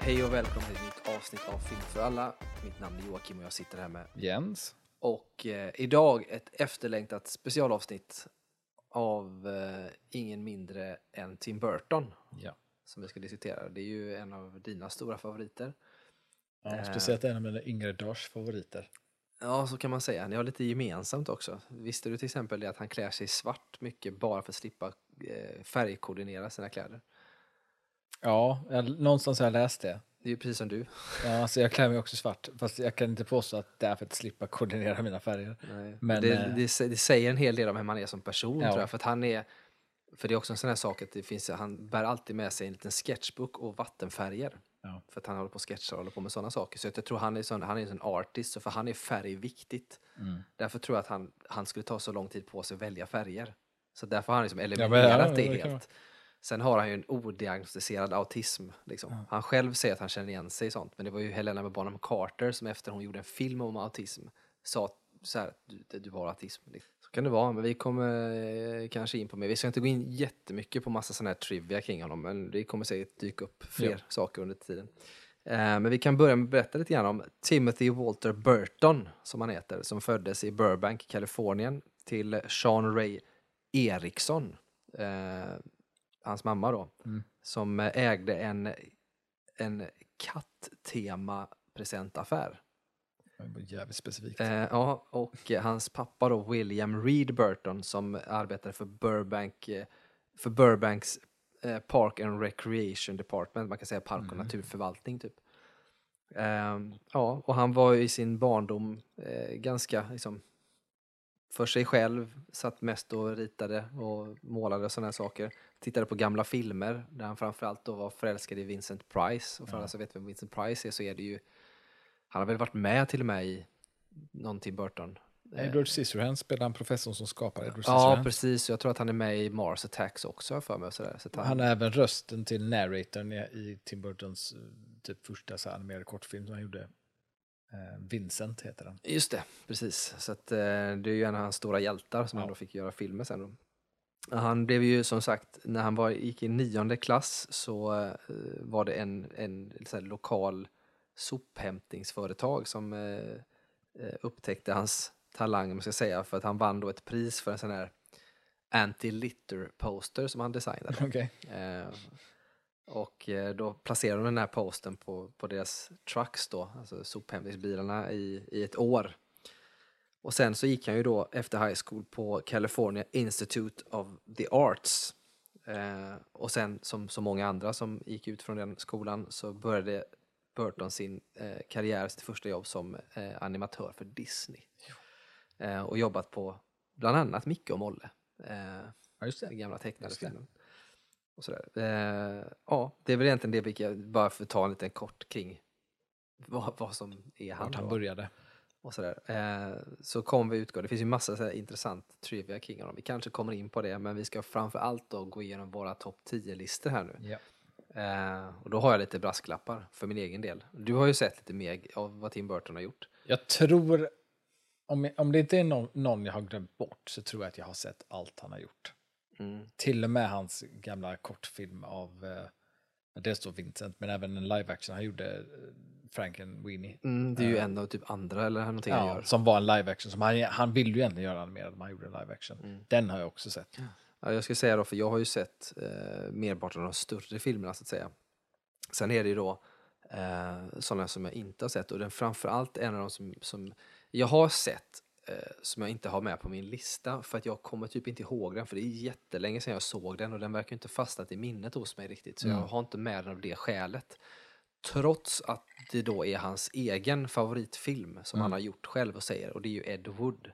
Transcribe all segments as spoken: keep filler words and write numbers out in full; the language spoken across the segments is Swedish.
Hej och välkommen till ett nytt avsnitt av Film för alla. Mitt namn är Joakim och jag sitter här med Jens. Och eh, idag ett efterlängtat specialavsnitt av eh, ingen mindre än Tim Burton. Ja. Som vi ska diskutera. Det är ju en av dina stora favoriter. Ja, Eh, speciellt en av mina yngre dagars favoriter. Ja, så kan man säga. Ni har lite gemensamt också. Visste du till exempel det att han klär sig i svart mycket bara för att slippa eh, färgkoordinera sina kläder? Ja, jag, någonstans har jag läst det. Det är ju precis som du. Ja, så jag klär mig också svart. Fast jag kan inte påstå att det är för att slippa koordinera mina färger. Nej. Men, det, eh, det, det säger en hel del om hur man är som person, Ja. tror jag. För att han är, för det är också en sån här sak att det finns, han bär alltid med sig en liten sketchbook och vattenfärger. Ja. För att han håller på och sketchar och håller på med sådana saker. Så jag tror han är sån, han är en sån artist, så för han är färg viktigt. Mm. Därför tror jag att han, han skulle ta så lång tid på sig att välja färger. Så därför har han liksom men eliminerat ja, det det kan helt. Sen har han ju en odiagnostiserad autism. Liksom. Ja. Han själv säger att han känner igen sig i sånt. Men det var ju Helena med Bonham Carter som efter hon gjorde en film om autism sa så här, du, du har autism. Så kan det vara, men vi kommer eh, kanske in på mer. Vi ska inte gå in jättemycket på massa sådana här trivia kring honom. Men det kommer säkert dyka upp fler Ja. saker under tiden. Eh, men vi kan börja med att berätta lite grann om Timothy Walter Burton, som han heter. Som föddes i Burbank, Kalifornien, till Sean Ray Eriksson. Eh, hans mamma då, Mm. som ägde en, en katt-tema-presentaffär. Det var jävligt specifikt. Eh, ja, och eh, hans pappa då, William Reed Burton, som arbetade för Burbank, eh, för Burbanks eh, Park and Recreation Department, man kan säga park- och Mm. naturförvaltning typ. Eh, ja, och han var ju i sin barndom eh, ganska liksom för sig själv, satt mest och ritade och målade och sådana här saker. Tittade på gamla filmer där han framförallt då var förälskad i Vincent Price. Och för Ja. alla som vet vem Vincent Price är så är det ju, han har väl varit med till och med i någon Tim Burton. Edward Scissorhands spelade han professorn som skapade Edward Ja, Scissorhands. precis. Jag tror att han är med i Mars Attacks också för mig. Och sådär. Så att han, Han är även rösten till narratorn i, i Tim Burtons eh, typ första så här animerade kortfilm som han gjorde. Eh, Vincent heter den. Just det, precis. Så att, eh, det är ju en av hans stora hjältar som Ja. han då fick göra filmer sen. Då. Han blev ju som sagt, när han var, gick i nionde klass så eh, var det en, en så här, lokal sophämtningsföretag som eh, eh, upptäckte hans talang, om man ska säga, för att han vann då ett pris för en sån här anti-litter poster som han designade. Okej. Eh, och eh, då placerade de den här posten på, på deras trucks då, alltså sophämtningsbilarna i, i ett år. Och sen så gick han ju då efter high school på California Institute of the Arts. Eh, och sen som så många andra som gick ut från den skolan så började Burton sin eh, karriär, sitt första jobb som eh, animatör för Disney. Eh, och jobbat på bland annat Micke och Molle. Eh, Ja, just den det. gamla tecknade Just det. filmen. Och sådär. Eh, ja, det är väl egentligen det vi kan, bara för att ta en liten kort kring vad, vad som är han. Vart han då. började. Och sådär. Eh, så kommer vi utgå. Det finns ju massa så här intressant trivia kring honom. Vi kanske kommer in på det, men vi ska framför allt då gå igenom våra topp tio-listor här nu. Ja. Eh, och då har jag lite brasklappar för min egen del. Du har ju sett lite mer av vad Tim Burton har gjort. Jag tror, om, om det inte är någon, någon jag har glömt bort så tror jag att jag har sett allt han har gjort. Mm. Till och med hans gamla kortfilm av, eh, dels då Vincent, men även en live action han gjorde, eh, Frankenweenie. Mm, det är ju Eh, en av typ andra eller någonting han Ja, gör. som var en live action. Som han, han ville ju egentligen göra animerad, men han gjorde en live action. Mm. Den har jag också sett. Ja, jag skulle säga då, för jag har ju sett eh, merparten av de större filmerna så att säga. Sen är det ju då eh, sådana som jag inte har sett. Och den framförallt en av de som, som jag har sett eh, som jag inte har med på min lista. För att jag kommer typ inte ihåg den. För det är jättelänge sedan jag såg den. Och den verkar inte fastnat i minnet hos mig riktigt. Så Mm. jag har inte med den av det skälet. Trots att det då är hans egen favoritfilm som Mm. han har gjort själv och säger. Och det är ju Ed Wood.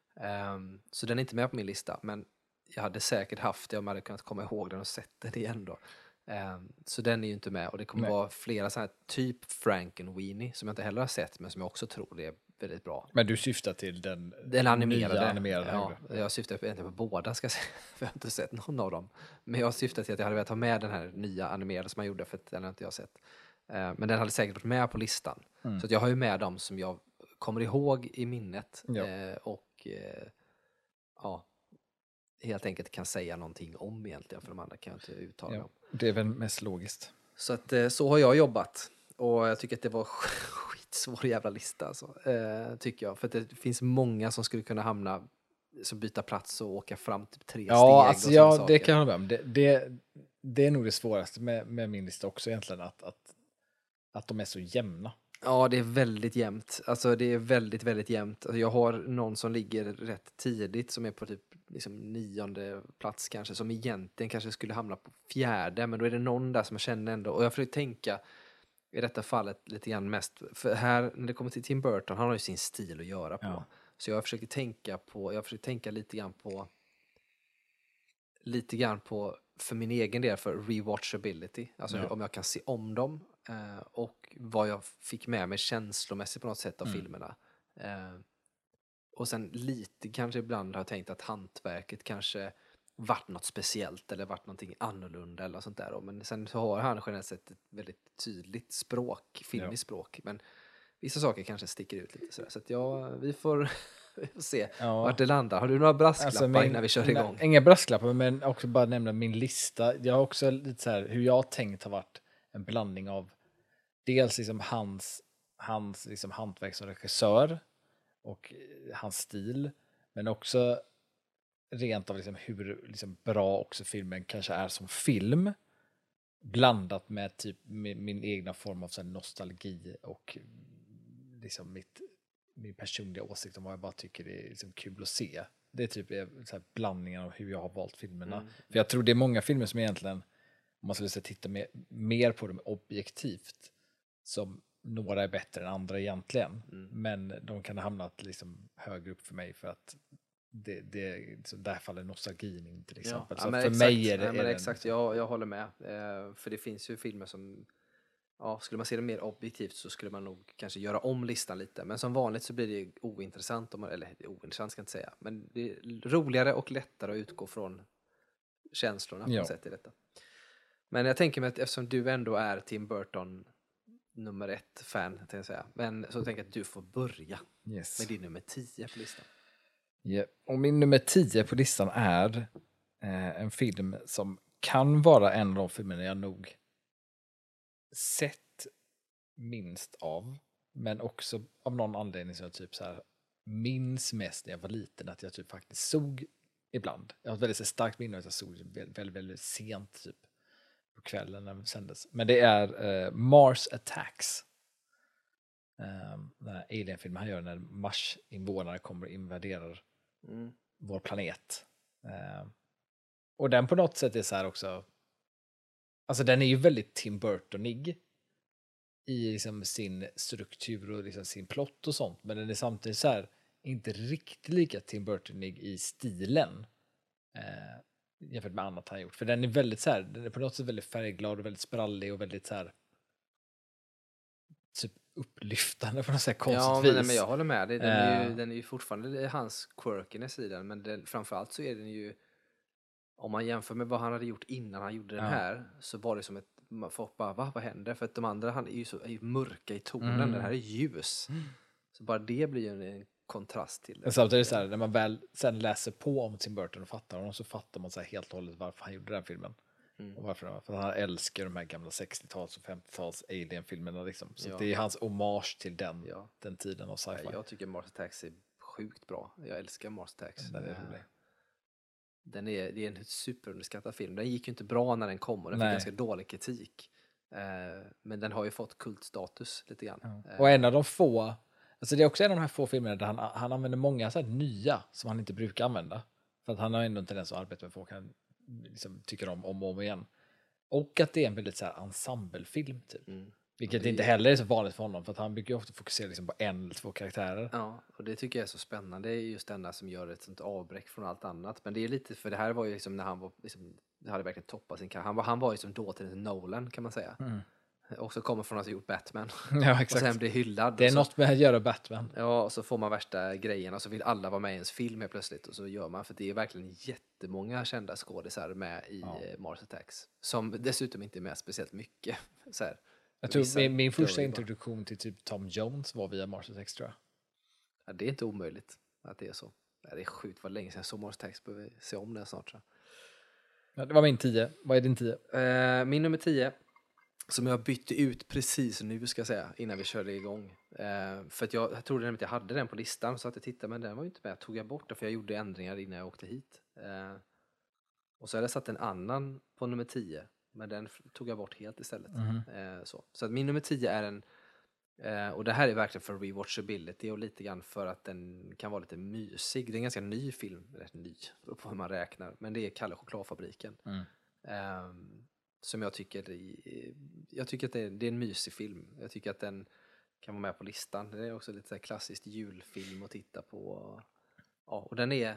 Um, så den är inte med på min lista. Men jag hade säkert haft det om jag hade kunnat komma ihåg den och sett den igen då. Um, så den är ju inte med. Och det kommer Nej. vara flera sådana här typ Frankenweenie som jag inte heller har sett men som jag också tror är väldigt bra. Men du syftar till den, Den animerade. nya animerade han Ja, gjorde. jag syftar egentligen på båda ska jag säga. För jag har inte sett någon av dem. Men jag syftar till att jag hade velat ha med den här nya animerade som jag gjorde för att den har inte jag sett. Uh, men den hade säkert varit med på listan. Mm. Så att jag har ju med dem som jag kommer ihåg i minnet. Ja. Uh, och uh, ja, helt enkelt kan säga någonting om egentligen. För de andra kan jag inte uttala Ja. dem. Det är väl mest logiskt. Så att uh, så har jag jobbat. Och jag tycker att det var skitsvår jävla lista alltså, eh, tycker jag. För att det finns många som skulle kunna hamna, som byta plats och åka fram typ tre Ja, steg. alltså, och såna ja saker. det kan jag hålla med om. Det, det, det är nog det svåraste med, med min lista också egentligen, att, att, att de är så jämna. Ja, det är väldigt jämnt. Alltså det är väldigt, väldigt jämnt. Alltså, jag har någon som ligger rätt tidigt som är på typ liksom nionde plats kanske, som egentligen kanske skulle hamna på fjärde, men då är det någon där som jag känner ändå. Och jag försöker tänka i detta fallet lite grann mest, för här när det kommer till Tim Burton, han har ju sin stil att göra på. Ja. Så jag försöker tänka på, jag försöker tänka lite grann på lite grann på för min egen del för rewatchability, alltså Ja. om jag kan se om dem eh, och vad jag fick med mig känslomässigt på något sätt av Mm. filmerna. Eh, och sen lite kanske ibland har jag tänkt att hantverket kanske varit något speciellt eller varit någonting annorlunda eller sånt där. Men sen så har han generellt sett ett väldigt tydligt språk, filmiskt Ja. språk, men vissa saker kanske sticker ut lite sådär. Så att ja, vi får, vi får se Ja. vart det landar. Har du några brasklappar Alltså, min, innan vi kör mina, igång? Inga brasklappar, men också bara nämna min lista. Jag har också lite så här, hur jag har tänkt har varit en blandning av dels liksom hans, hans liksom hantverk som regissör och hans stil, men också rent av liksom hur liksom bra också filmen kanske är som film, blandat med typ min, min egna form av så här nostalgi och liksom mitt, min personliga åsikt om vad jag bara tycker det är liksom kul att se. Det är typ så här blandningen av hur jag har valt filmerna. Mm. För jag tror det är många filmer som egentligen, om man skulle säga, titta mer, mer på dem objektivt, som några är bättre än andra egentligen. Mm. Men de kan ha hamnat liksom högre upp för mig för att det, det, så där faller nostalgin in till exempel. Ja, Så men för exakt, mig är det... nej, men är det exakt, jag, jag håller med. Eh, för det finns ju filmer som, ja, skulle man se det mer objektivt så skulle man nog kanske göra om listan lite. Men som vanligt så blir det ointressant, om man, eller ointressant ska jag inte säga. Men det är roligare och lättare att utgå från känslorna på Ja. något sätt i detta. Men jag tänker mig att eftersom du ändå är Tim Burton nummer ett fan, tänkte jag säga. Men så tänker jag att du får börja Yes. med din nummer tio på listan. Yeah. Och min nummer tio på listan är eh, en film som kan vara en av de filmerna jag nog sett minst av, men också av någon anledning som jag typ så här minns mest när jag var liten, att jag typ faktiskt såg ibland. Jag har ett väldigt så starkt minne att jag såg väldigt, väldigt, väldigt sent typ på kvällen när det sändes. Men det är eh, Mars Attacks. Um, den här Alien-filmen han gör när Mars-invånare kommer och invaderar Mm. vår planet. Um, och den på något sätt är så här också, alltså den är ju väldigt Tim Burtonig i liksom sin struktur och liksom sin plott och sånt, men den är samtidigt så här inte riktigt lika Tim Burtonig i stilen eh, jämfört med annat han gjort. För den är väldigt så här, den är på något sätt väldigt färgglad och väldigt sprallig och väldigt så här typ upplyftande på något sätt konstigt Ja, vis. men, men jag håller med dig. Den är ju, Uh. den är ju fortfarande hans quirkiness i den, men den, framförallt så är den ju, om man jämför med vad han hade gjort innan han gjorde den Ja. här, så var det som ett, folk bara, va, vad händer? För att de andra, han är ju så är ju mörka i tonen, Mm. den här är ljus. Mm. Så bara det blir ju en, en kontrast till det. Men samtidigt så här, när man väl sen läser på om Tim Burton och fattar honom, så fattar man så här helt och hållet varför han gjorde den filmen. Mm. Och varför, för han älskar de här gamla sextio-tals och femtio-tals Alien-filmerna liksom. Så ja. Det är hans hommage till den, ja. den tiden av sci-fi. Ja, jag tycker Mars Attacks är sjukt bra. Jag älskar Mars Attacks. Den är rolig. Den är, det är en superunderskattad film. Den gick ju inte bra när den kom och den Nej. fick ganska dålig kritik. Eh, men den har ju fått kultstatus lite grann. Ja. Och en av de få, alltså det är också en av de här få filmerna där han, han använder många så här nya som han inte brukar använda. För att han har ändå inte den som arbetar med folk han liksom tycker om om och om igen. Och att det är en väldigt så här ensemblefilm typ. Mm. Vilket inte heller är så vanligt för honom, för att han brukar ju ofta fokusera liksom på en eller två karaktärer. Ja, och det tycker jag är så spännande. Det är just denna som gör ett sånt avbräck från allt annat. Men det är lite, för det här var ju liksom när han var, liksom, det hade verkligen toppat sin karriär. Han var, han var ju som dåtidens Nolan kan man säga. Mm. Och så kommer från att ha gjort Batman. Ja, exakt. Och sen blir hyllad. Det är så, något med att göra Batman. Ja, och så får man värsta grejerna och så vill alla vara med i ens film helt plötsligt. Och så gör man, för det är verkligen jättemånga kända skådisar med i ja. Mars Attacks. Som dessutom inte är med speciellt mycket. Så här. Jag tror min, min första introduktion till typ Tom Jones var via Mars Attacks, tror jag. Ja, det är inte omöjligt att det är så. Det är sjukt vad länge sedan jag såg Mars Attacks, behöver se om den snart. Så. Ja, det var min tio. Vad är din tio? Uh, min nummer tio som jag bytte ut precis nu ska jag säga, innan vi körde igång. Eh, för att jag, jag trodde nämligen att jag hade den på listan så att jag tittade, men den var ju inte med. Tog jag bort den för jag gjorde ändringar innan jag åkte hit. Eh, och så hade jag satt en annan på nummer tio, men den tog jag bort helt istället. Mm. Eh, så. så att min nummer tio är en, eh, och det här är verkligen för rewatchability och lite grann för att den kan vara lite mysig. Det är en ganska ny film, rätt ny, beror på hur man räknar, men det är Kalle Chokladfabriken. Mm. Eh, som jag tycker jag tycker att det är, det är en mysig film. Jag tycker att den kan vara med på listan. Det är också lite så här klassiskt julfilm att titta på. Ja, och den är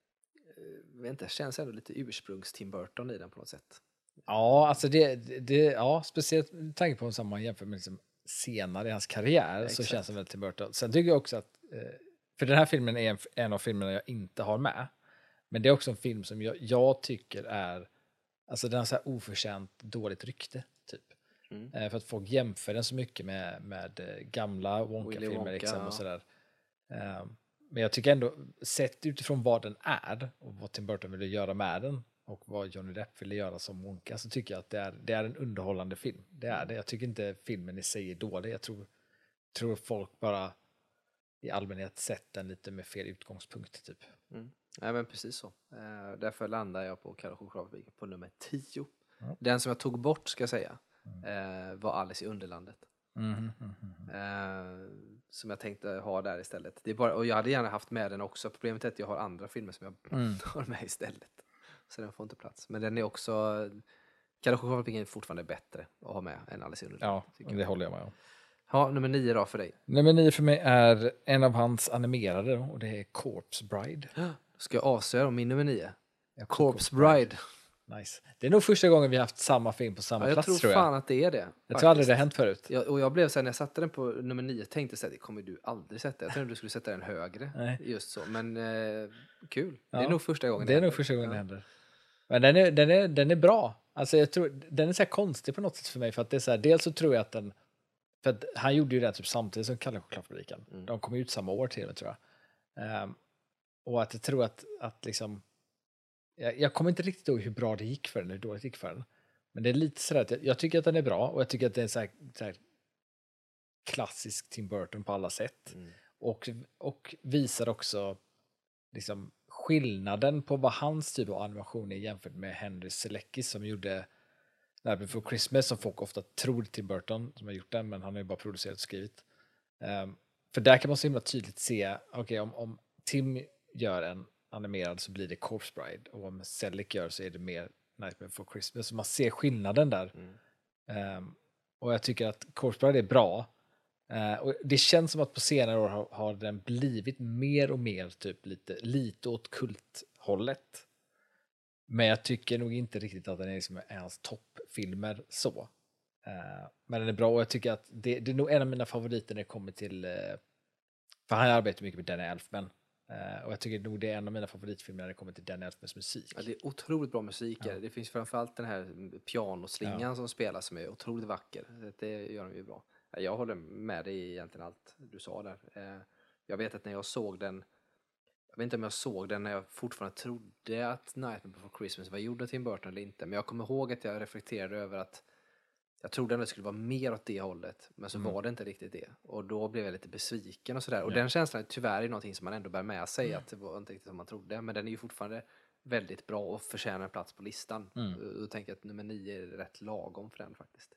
jag vet inte, känns ändå lite ursprungs Tim Burton i den på något sätt. Ja, alltså det, det ja, speciellt med tanke på om man jämför med liksom senare i hans karriär, ja, så känns det väl Tim Burton. Sen tycker jag också att för den här filmen är en, en av filmerna jag inte har med. Men det är också en film som jag, jag tycker är, alltså den har så här oförtjänt dåligt rykte typ. Mm. Eh, för att folk jämför den så mycket med, med gamla Wonka-filmer liksom, och sådär. Eh, men jag tycker ändå, sett utifrån vad den är och vad Tim Burton ville göra med den och vad Johnny Depp ville göra som Wonka, så tycker jag att det är, det är en underhållande film. Det är det. Jag tycker inte filmen i sig är dålig. Jag tror, tror folk bara i allmänhet sett den lite med fel utgångspunkt typ. Mm. Ja, men precis så. Uh, därför landar jag på Kalle Chokladfabriken på nummer tio. Mm. Den som jag tog bort, ska jag säga, mm. uh, var Alice i Underlandet. Mm, mm, mm, mm. Uh, som jag tänkte ha där istället. Det är bara, och jag hade gärna haft med den också. Problemet är att jag har andra filmer som jag mm. har med istället. Så den får inte plats. Men den är också, Kalle Chokladfabriken är fortfarande bättre att ha med än Alice i Underlandet. Ja, det håller jag med om. Ja, nummer nio då för dig. Nummer nio för mig är en av hans animerade då, och det är Corpse Bride. Ska jag avslöja om min nummer nio? Ja, Corpse Bride. Bride. Nice. Det är nog första gången vi har haft samma film på samma ja, jag plats, tror tror jag. Jag tror fan att det är det. Jag faktiskt. tror aldrig det har hänt förut. Jag, och jag blev så här, när jag satte den på nummer nio, tänkte så här, det kommer du aldrig sätta. Jag tänkte du skulle sätta den högre. Nej. Just så. Men eh, kul. Ja. Det är nog första gången det, det är nog första gången ja. det händer. Men den är, den är, den är bra. Alltså jag tror, den är så här konstig på något sätt för mig. För att det är så här, dels så tror jag att den, för att han gjorde ju det typ samtidigt som Kalle Chokladfabriken. Mm. De kom ut samma år till och med, tror jag. Um, och att jag tror att, att liksom, jag, jag kommer inte riktigt ihåg hur bra det gick för den, hur dåligt det gick för den. Men det är lite sådär att jag, jag tycker att den är bra, och jag tycker att det är så här, så här klassisk Tim Burton på alla sätt. Mm. Och, och visar också liksom skillnaden på vad hans typ av animation är jämfört med Henry Seleckis som gjorde Nightmare Before Christmas, som folk ofta tror Tim Burton som har gjort den, men han har ju bara producerat och skrivit. Um, för där kan man så himla tydligt se, okej, okay, om, om Tim gör en animerad så blir det Corpse Bride, och om Selick gör så är det mer Nightmare Before Christmas. Så man ser skillnaden där. Mm. Um, och jag tycker att Corpse Bride är bra. Uh, och det känns som att på senare år har, har den blivit mer och mer typ lite, lite åt kulthållet. Men jag tycker nog inte riktigt att den är liksom ens toppfilmer så. Uh, men den är bra, och jag tycker att det, det är nog en av mina favoriter när det kommer till uh, för han arbetar mycket med Danny Elfman. Uh, och jag tycker nog det är en av mina favoritfilmer när det kommer till Danny Elfmans musik. Ja, det är otroligt bra musik. Ja. Det finns framförallt den här pianoslingan ja. som spelas som är otroligt vacker. Det gör de ju bra. Jag håller med dig i egentligen allt du sa där. Jag vet att när jag såg den, jag vet inte om jag såg den när jag fortfarande trodde att Nightmare Before Christmas var gjord av Tim Burton eller inte. Men jag kommer ihåg att jag reflekterade över att jag trodde att det skulle vara mer åt det hållet. Men så mm. var det inte riktigt det. Och då blev jag lite besviken och sådär. Och ja. den känslan tyvärr är någonting som man ändå bär med sig. Mm. Att det var inte riktigt som man trodde. Men den är ju fortfarande väldigt bra och förtjänar en plats på listan. Mm. Då tänker jag att nummer nio är rätt lagom för den faktiskt.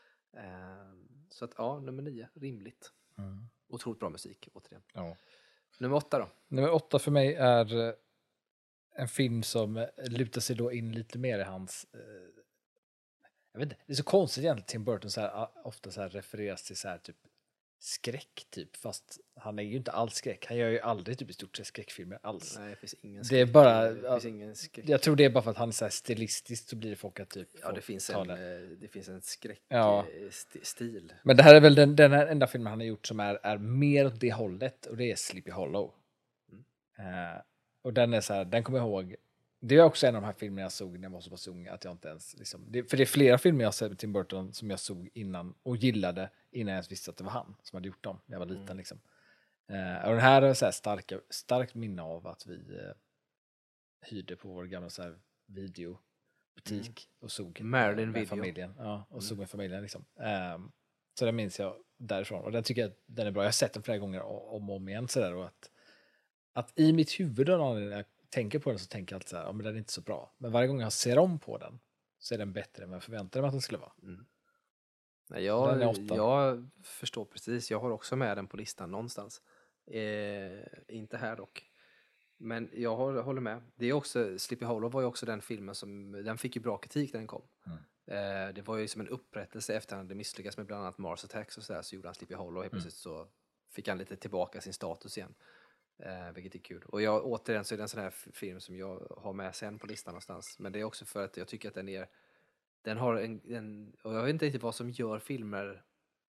Så att ja, nummer nio, rimligt. Mm. Otroligt bra musik, återigen. Ja. Nummer åtta då? Nummer åtta för mig är en film som lutar sig då in lite mer i hans eh, jag vet inte, det är så konstigt egentligen Tim Burton så här, ofta så här refereras till så här typ skräck typ, fast han är ju inte alls skräck. Han gör ju aldrig typ i stort sett skräckfilmer alls. Nej, det finns ingen skräck. Det är bara, det finns ingen skräck. Jag tror det är bara för att han är så här stilistiskt, så blir det folk att typ ja, det finns en det. det finns en skräck ja. stil. Men det här är väl den, den här enda filmen han har gjort som är, är mer åt det hållet, och det är Sleepy Hollow. Mm. Uh, och den är så här, den kommer jag ihåg. Det är också en av de här filmerna jag såg när jag var så pass ung att jag inte ens liksom, det, för det är flera filmer jag har sett med Tim Burton som jag såg innan och gillade innan jag ens visste att det var han som hade gjort dem när jag var liten. Mm. Liksom. Uh, och den här är så här starka, starkt minne av att vi uh, hyrde på vår gamla så här videobiograf butik Mm. och såg Marilyn med Video. familjen. Ja, och Mm. såg med familjen liksom. Um, så det minns jag därifrån. Och den tycker jag den är bra. Jag har sett den flera gånger om och om igen. Så där, och att, att i mitt huvud då, när jag tänker på den så tänker jag alltid så här, ja, men den är inte så bra. Men varje gång jag ser om på den så är den bättre än vad jag förväntade mig att den skulle vara. Mm. Nej, Den är jag, åtta. jag förstår precis. Jag har också med den på listan någonstans. Eh, inte här dock. Men jag håller, håller med. Det är också, Sleepy Hollow var ju också den filmen som, den fick ju bra kritik när den kom. Mm. Eh, det var ju som en upprättelse efter att han hade misslyckats med bland annat Mars Attacks och sådär, så gjorde han Sleepy Hollow och helt Mm. plötsligt så fick han lite tillbaka sin status igen. Eh, vilket är kul. Och jag, återigen så är det en sån här f- film som jag har med sen på listan någonstans. Men det är också för att jag tycker att den är, den har en, en och jag vet inte riktigt vad som gör filmer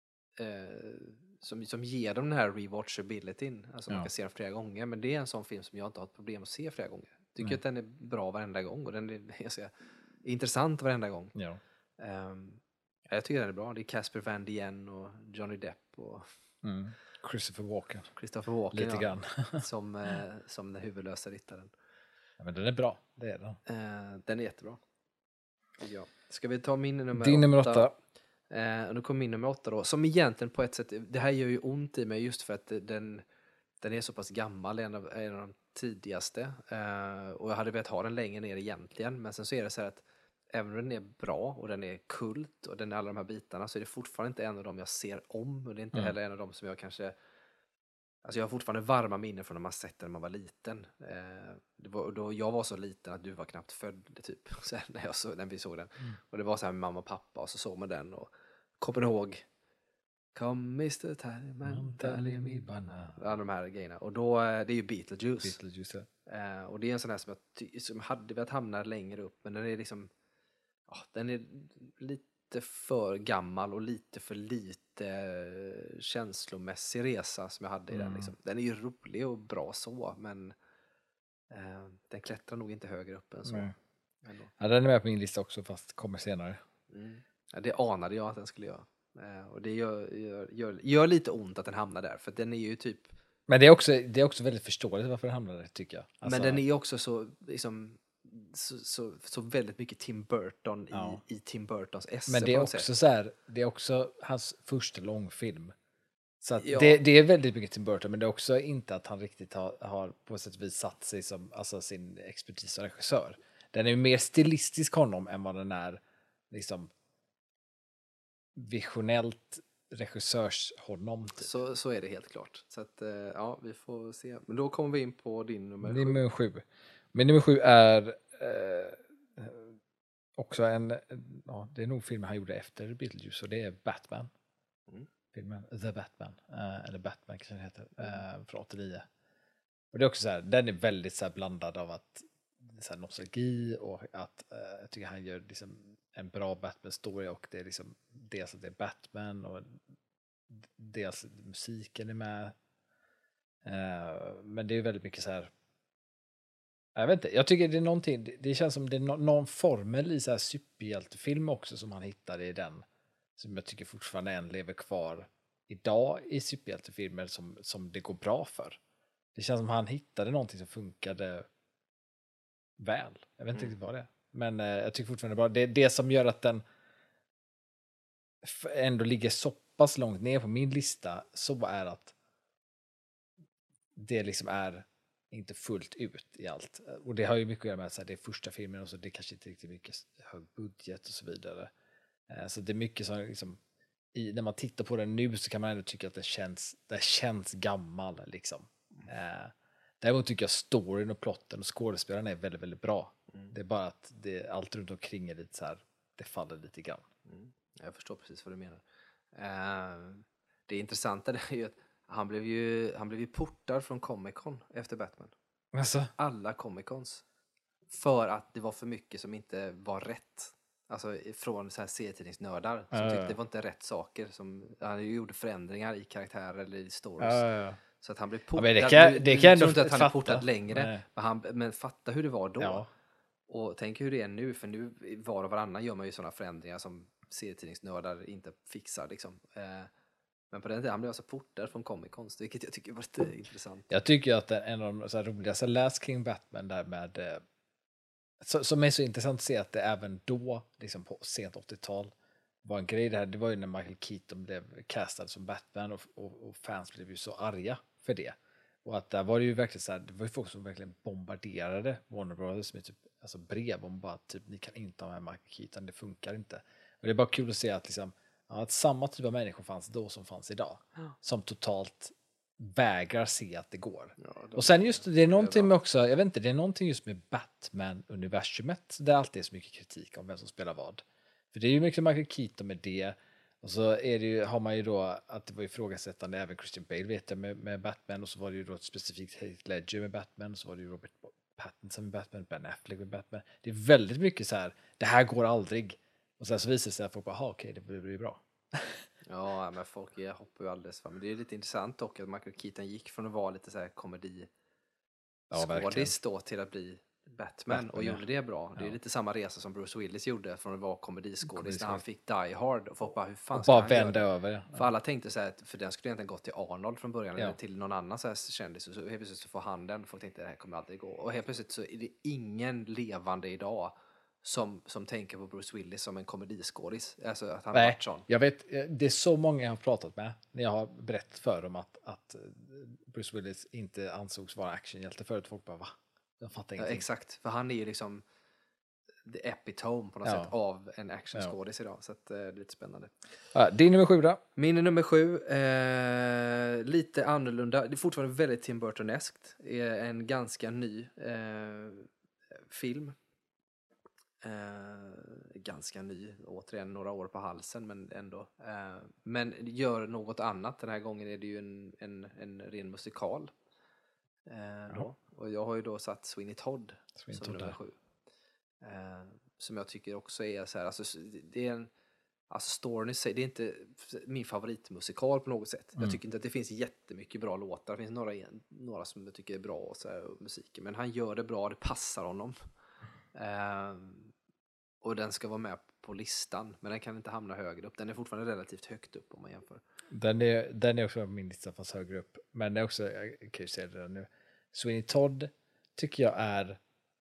eh, som, som ger dem den här rewatchabilityn. Alltså man Ja. kan se den flera gånger. Men det är en sån film som jag inte har ett problem att se flera gånger. Tycker Nej. att den är bra varenda gång. Och den är ganska intressant varenda gång. Ja. Um, jag tycker den är bra. Det är Casper Van Dien och Johnny Depp och Mm. Christopher Walken. Christopher Walken. Lite ja, grann. som, eh, som den huvudlösa ryttaren. Ja, men den är bra. Det är den. Eh, den är jättebra. Ja. Ska vi ta min nummer Din åtta? nummer åtta. Eh, och då kommer min nummer åtta då. Som egentligen på ett sätt, det här gör ju ont i mig just för att den, den är så pass gammal, en av, en av de tidigaste. Eh, och jag hade velat ha den längre ner egentligen. Men sen så är det så här att även om den är bra och den är kult och den är alla de här bitarna, så är det fortfarande inte en av dem jag ser om. Och det är inte Mm. heller en av dem som jag kanske... Alltså jag har fortfarande varma minnen från när man sett den när man var liten. Eh, det var, då jag var så liten att du var knappt född typ, så här, när, jag så, när vi såg den. Mm. Och det var så här med mamma och pappa och så såg man den och kommer ihåg Come mister Tallyman, tally me banana. Alla de här grejerna. Och då, eh, det är ju Beetlejuice. Beetlejuice. Eh, och det är en sån här som jag ty- som hade velat hamna längre upp, men den är liksom, ja, den är lite för gammal och lite för lite eh, känslomässig resa som jag hade i den. Mm. Liksom. Den är ju rolig och bra så, men eh, den klättrar nog inte högre upp än så. Nej. Ändå. Ja, den är med på min lista också, fast kommer senare. Mm. Ja, det anade jag att den skulle göra. Eh, och det gör, gör, gör, gör lite ont att den hamnar där, för den är ju typ... Men det är också, det är också väldigt förståeligt varför den hamnar där, tycker jag. Alltså, Men den är ju också så, liksom, så, så, så väldigt mycket Tim Burton Ja. i, i Tim Burtons esse. men det är på något också sätt. så här, det är också hans första långfilm. Så att Ja. det, det är väldigt mycket Tim Burton, men det är också inte att han riktigt har, har på sätt och vis satt sig som, alltså, sin expertis som regissör. Den är ju mer stilistisk honom än vad den är liksom visionellt regissörs honom. Typ. Så, så är det helt klart. Så att, eh, ja, vi får se. Men då kommer vi in på din nummer Min sju. nummer sju. Min nummer sju är eh, också en, ja, det är nog filmen han gjorde efter Beetlejuice, och det är Batman. Mm. Filmen The Batman, eh, eller Batman kanske den heter, eh, från åttionio. Och det är också så här, den är väldigt så här blandad av att så här nostalgi och att eh, jag tycker han gör liksom en bra Batman-story, och det är liksom dels att det är Batman och dels musiken är med. Eh, men det är väldigt mycket så här, jag vet inte, jag tycker det är någonting, det, det känns som det är no, någon formel i så här superhjältefilm också som han hittade i den, som jag tycker fortfarande än lever kvar idag i superhjältefilmer som, som det går bra för. Det känns som han hittade någonting som funkade väl. Jag vet inte Mm. riktigt vad det är. Men eh, jag tycker fortfarande bra. Det är det som gör att den f- ändå ligger så pass långt ner på min lista, så är att det liksom är inte fullt ut i allt. Och det har ju mycket att göra med att så här, det är första filmen och så det är kanske inte riktigt mycket hög budget och så vidare. Eh, så det är mycket som liksom, i, när man tittar på den nu så kan man ändå tycka att det känns, det känns gammal liksom. Eh, däremot tycker jag storyn och plotten och skådespelarna är väldigt, väldigt bra. Mm. Det är bara att det, allt runt omkring är lite så här, det faller lite grann. Mm. Jag förstår precis vad du menar. Eh, det intressanta är ju att han blev ju, han blev ju portad från Comic Con efter Batman. Alltså, Alla Comic Cons. För att det var för mycket som inte var rätt. Alltså från så här serietidningsnördar som Ja, ja, tyckte ja. det var inte rätt saker. Som, han gjorde förändringar i karaktärer eller i stories. ja, ja, ja. Så att han blev Ja, portad. men det kan- Nu- det nu kan jag tror ändå inte att han är fatta. portad längre. Nej. Men, han, men fatta hur det var då. Ja. Och tänk hur det är nu. För nu var och varannan gör man ju sådana förändringar som serietidningsnördar inte fixar. Liksom. Eh, men på den tiden han blev alltså portad från Comic Con. Vilket jag tycker var lite intressant. Jag tycker att en av de så här roligaste läs kring Batman där med eh, så, som är så intressant att se att det även då, liksom på sent åttiotal, var en grej det här. Det var ju när Michael Keaton blev castad som Batman och, och, och fans blev ju så arga för det. Och att där var det ju verkligen så här, det var ju folk som verkligen bombarderade Warner Brothers med typ, alltså brev om bara typ, ni kan inte ha med Michael Keaton, det funkar inte. Och det är bara kul att se att liksom, ja, att samma typ av människor fanns då som fanns idag. Ja. Som totalt vägrar se att det går. Ja, de, och sen just det är någonting med också, jag vet inte, det är någonting just med Batman-universumet där alltid är så mycket kritik om vem som spelar vad. För det är ju mycket Michael Keaton med det. Och så är det ju, har man ju då att det var ifrågasättande även Christian Bale vet jag med, med Batman, och så var det ju då ett specifikt Heath Ledger med Batman, och så var det ju Robert Pattinson med Batman, Ben Affleck med Batman. Det är väldigt mycket så här, det här går aldrig. Och sen så visar det sig att folk bara, okej, okay, det blir, blir bra. Ja, men folk är, hoppar ju alldeles fram. Men det är lite intressant dock att Michael Keaton gick från att vara lite så här komedi ja, skådis då till att bli Batman, Batman och ja. gjorde det bra. Det är ja. lite samma resa som Bruce Willis gjorde från att vara komediskådis när han fick Die Hard och folk bara, hur fan och ska bara han vända göra? över. Ja. För alla tänkte så här, att för den skulle egentligen gått till Arnold från början ja. eller till någon annan så här kändis, och så helt plötsligt så får han den. Folk tänkte det här kommer aldrig gå. Och helt plötsligt så är det ingen levande idag som, som tänker på Bruce Willis som en komediskådis. Alltså att han Nej, har varit sån. Jag vet, det är så många jag har pratat med när jag har berättat för dem att, att Bruce Willis inte ansågs vara actionhjälte förut. Folk bara, va? Jag fattar ingenting. Ja, exakt, för han är ju liksom the epitome på något ja. sätt av en actionskådis ja. idag. Så att, eh, det är lite spännande. Ja, din nummer sju då? Min är nummer sju. Eh, lite annorlunda. Det är fortfarande väldigt Tim Burton-eskt. En ganska ny eh, film. Eh, ganska ny. Återigen några år på halsen, men ändå. Eh, men gör något annat. Den här gången är det ju en, en, en ren musikal. Eh, då. Och jag har ju då satt Sweeney Todd Sweeney som Todd nummer sju. Eh, som jag tycker också är så här, alltså, det är en, alltså storyn i sig, det är inte min favoritmusikal på något sätt. Mm. Jag tycker inte att det finns jättemycket bra låtar. Det finns några, några som jag tycker är bra och så här, och musiken, men han gör det bra, det passar honom. Eh, och den ska vara med på listan, men den kan inte hamna högre upp. Den är fortfarande relativt högt upp om man jämför. Den är, den är också på min lista fast högre upp. Men det är också, jag kan ju säga det nu, Sweeney Todd tycker jag är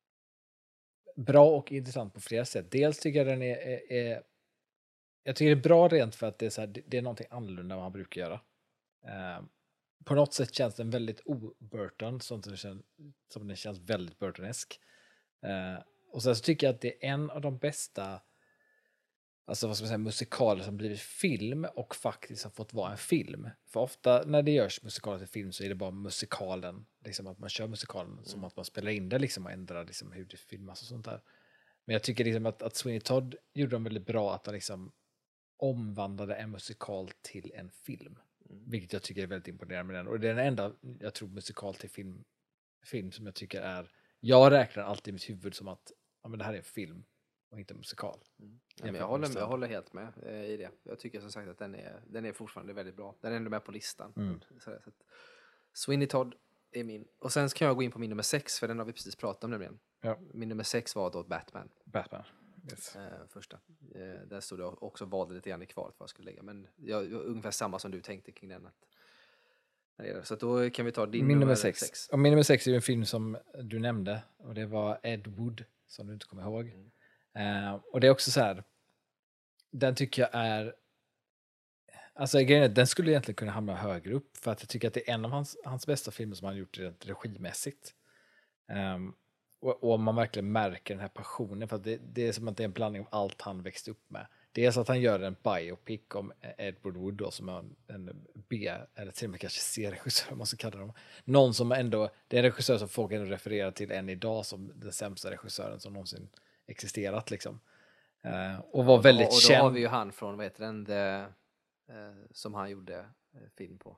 bra och intressant på flera sätt. Dels tycker jag den är, är, är jag tycker det är bra rent för att det är, så här, det, det är någonting annorlunda än vad han brukar göra. Uh, på något sätt känns den väldigt o-Burton, som den känns, som den känns väldigt Burtonesk. Uh, och sen så tycker jag att det är en av de bästa, alltså vad ska man säga, musikaler som blivit film och faktiskt har fått vara en film. För ofta när det görs musikaler till film så är det bara musikalen, liksom att man kör musikalen mm. som att man spelar in det liksom och ändrar liksom hur det filmas och sånt där. Men jag tycker liksom att, att Sweeney Todd gjorde dem väldigt bra, att han liksom omvandlade en musikal till en film. Mm. Vilket jag tycker är väldigt imponerande med den. Och det är den enda, jag tror, musikal till film, film som jag tycker är, jag räknar alltid i mitt huvud som att ja, men det här är en film och inte en musikal. Mm. Ja, men jag, håller, jag håller helt med eh, i det. Jag tycker som sagt att den är, den är fortfarande väldigt bra. Den är ändå med på listan. Mm. Så, så att Sweeney Todd är min. Och sen kan jag gå in på min nummer sex, för den har vi precis pratat om nämligen. Ja. Min nummer sex var då Batman. Batman, yes. Eh, första. Eh, där stod jag också valde lite grann i kvalet vad jag skulle lägga. Men jag, jag, ungefär samma som du tänkte kring den. Att, så att då kan vi ta din min nummer, nummer sex. sex. Och min nummer sex är ju en film som du nämnde. Och det var Ed Wood, som du inte kommer ihåg. Mm. Uh, och det är också så här, den tycker jag är, alltså grejen är, den skulle egentligen kunna hamna högre upp, för att jag tycker att det är en av hans, hans bästa filmer som han gjort rent regimässigt. Um, och, och man verkligen märker den här passionen, för att det, det är som att det är en blandning av allt han växte upp med. Dels att han gör en biopic om Edward Wood då, som är en, en B, eller till och med kanske C-regissör, man ska kalla dem. Någon som ändå, det är en regissör som folk ändå refererar till än idag som den sämsta regissören som någonsin existerat liksom. Uh, och var väldigt och, och då känd. har vi ju han från, vad heter den, the, uh, som han gjorde uh, film på.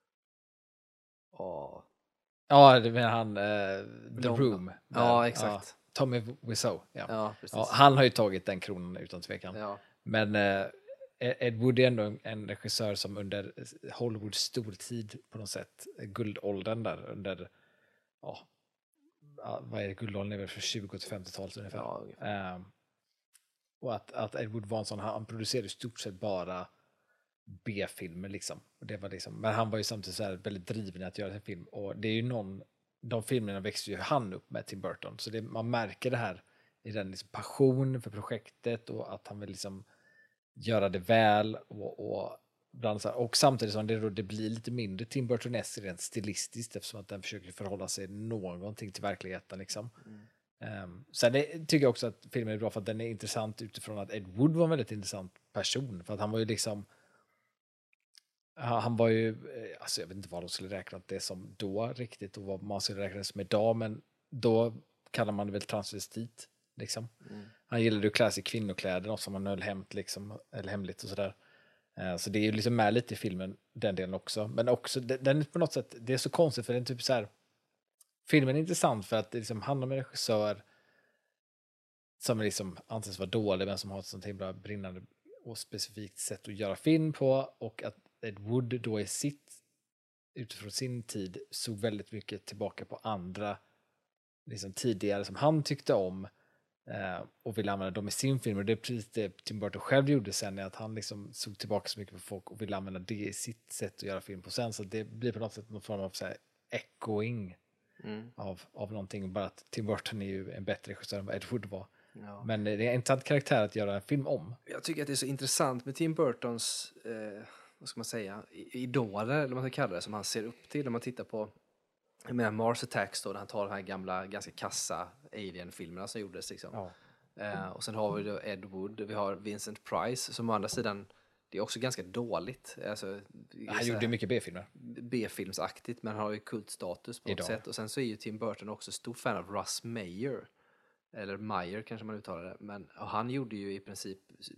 Och... Ja, det menar han, uh, The Long... Room. Där. Ja, exakt. Uh, Tommy Wiseau. Ja. Ja, precis. Ja, han har ju tagit den kronan utan tvekan. Ja. Men uh, Ed Wood är ändå en regissör som under Hollywoods stortid på något sätt, guldåldern där, under, ja, vad är det, guldåldern är väl för tjugo till femtio-talet ungefär. Ja, ungefär. Um, och att, att Ed Wood var en sån, han producerade i stort sett bara B-filmer liksom. Och det var liksom. Men han var ju samtidigt så här väldigt driven att göra en film. Och det är ju någon, de filmerna växte ju han upp med Tim Burton. Så det, man märker det här i den liksom passion för projektet och att han vill liksom göra det väl och, och, bland så här, och samtidigt som det, då, det blir lite mindre Tim Burton-eskt rent stilistiskt eftersom att den försöker förhålla sig någonting till verkligheten liksom. Mm. Um, sen det, tycker jag också att filmen är bra för att den är intressant utifrån att Ed Wood var en väldigt intressant person för att han var ju liksom han var ju, alltså jag vet inte vad de skulle räkna det som då riktigt och vad man skulle räkna det som idag, men då kallar man det väl transvestit liksom. Mm. Han gillade att klä sig i kvinnokläder, något som han höll hämt liksom, eller hemligt och sådär. Så det är ju liksom med lite i filmen, den delen också. Men också, den är på något sätt, det är så konstigt för den typ så här, filmen är intressant för att det liksom handlar om en regissör som liksom anses vara dålig men som har ett sånt himla brinnande och specifikt sätt att göra film på och att Ed Wood då i sitt utifrån sin tid såg väldigt mycket tillbaka på andra liksom tidigare som han tyckte om eh, och ville använda dem i sin film och det är precis det Tim Burton själv gjorde sen att han liksom såg tillbaka så mycket på folk och ville använda det i sitt sätt att göra film på sen så det blir på något sätt någon form av så här echoing mm. av, av någonting bara att Tim Burton är ju en bättre regissör än vad Ed Wood var. Ja. Men det är en intressant karaktär att göra en film om. Jag tycker att det är så intressant med Tim Burtons eh, vad ska man säga, idoler eller vad man ska kalla det som han ser upp till. Om man tittar på jag menar Mars Attacks då, när han tar de här gamla ganska kassa Alien-filmerna som gjordes liksom. Ja. Eh, och sen har vi då Ed Wood, vi har Vincent Price som å andra sidan, det är också ganska dåligt. Alltså, han gjorde mycket B-filmer. B-filmsaktigt, men han har ju kultstatus på något Idag. sätt. Och sen så är ju Tim Burton också stor fan av Russ Meyer. Eller Meyer kanske man uttalar det. Men han gjorde ju i princip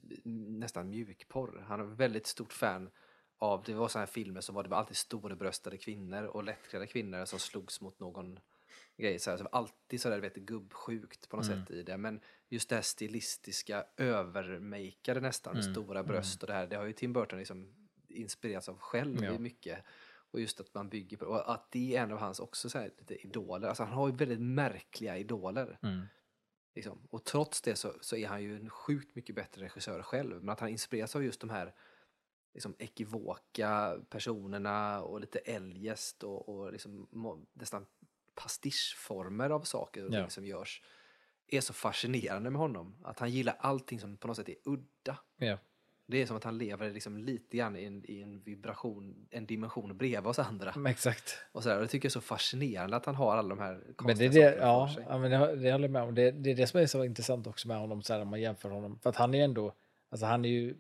nästan mjukporr. Han är väldigt stort fan av, det var sådana här filmer som var, det var alltid storebröstade kvinnor och lättklädda kvinnor som slogs mot någon grej. Så, här, så det var alltid sådär, vet du, gubbsjukt på något mm. sätt i det. Men just det här stilistiska, övermakade nästan, mm. stora bröst och det här, det har ju Tim Burton liksom inspirerats av själv ja. mycket. Och just att man bygger på, och att det är en av hans också så här, lite idoler. Alltså han har ju väldigt märkliga idoler. Mm. Liksom. Och trots det så, så är han ju en sjukt mycket bättre regissör själv. Men att han inspireras av just de här liksom ekivoka personerna och lite eljest och, och liksom må, nästan pastischformer av saker och ja. ting som görs är så fascinerande med honom. Att han gillar allting som på något sätt är udda. Ja. Det är som att han lever liksom lite grann i en, i en vibration, en dimension bredvid oss andra. Men exakt. Och så där, och det tycker jag är så fascinerande att han har alla de här konstiga men det är det, ja, för sig. Ja, men det, det håller jag med om. Det, det är det som är så intressant också med honom så här, om man jämför honom. För att han är ändå, alltså han är ju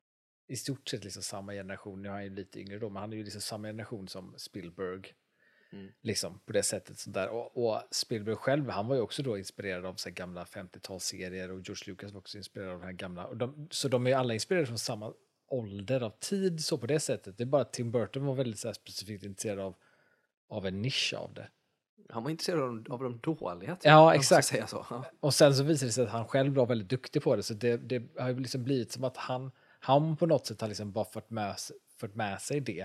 i stort sett liksom samma generation. Nu är han ju lite yngre då, men han är ju liksom samma generation som Spielberg. Mm. Liksom på det sättet sådär. Och, och Spielberg själv, han var ju också då inspirerad av så här gamla femtiotalsserier och George Lucas var också inspirerad av de här gamla. Och de, så de är ju alla inspirerade från samma ålder av tid så på det sättet. Det är bara att Tim Burton var väldigt så här specifikt intresserad av, av en nisch av det. Han var intresserad av, av de dåliga. Ja, exakt. Säga så. Ja. Och sen så visade det sig att han själv var väldigt duktig på det. Så det, det har ju liksom blivit som att han, han på något sätt har liksom bara fått med, fått med sig det.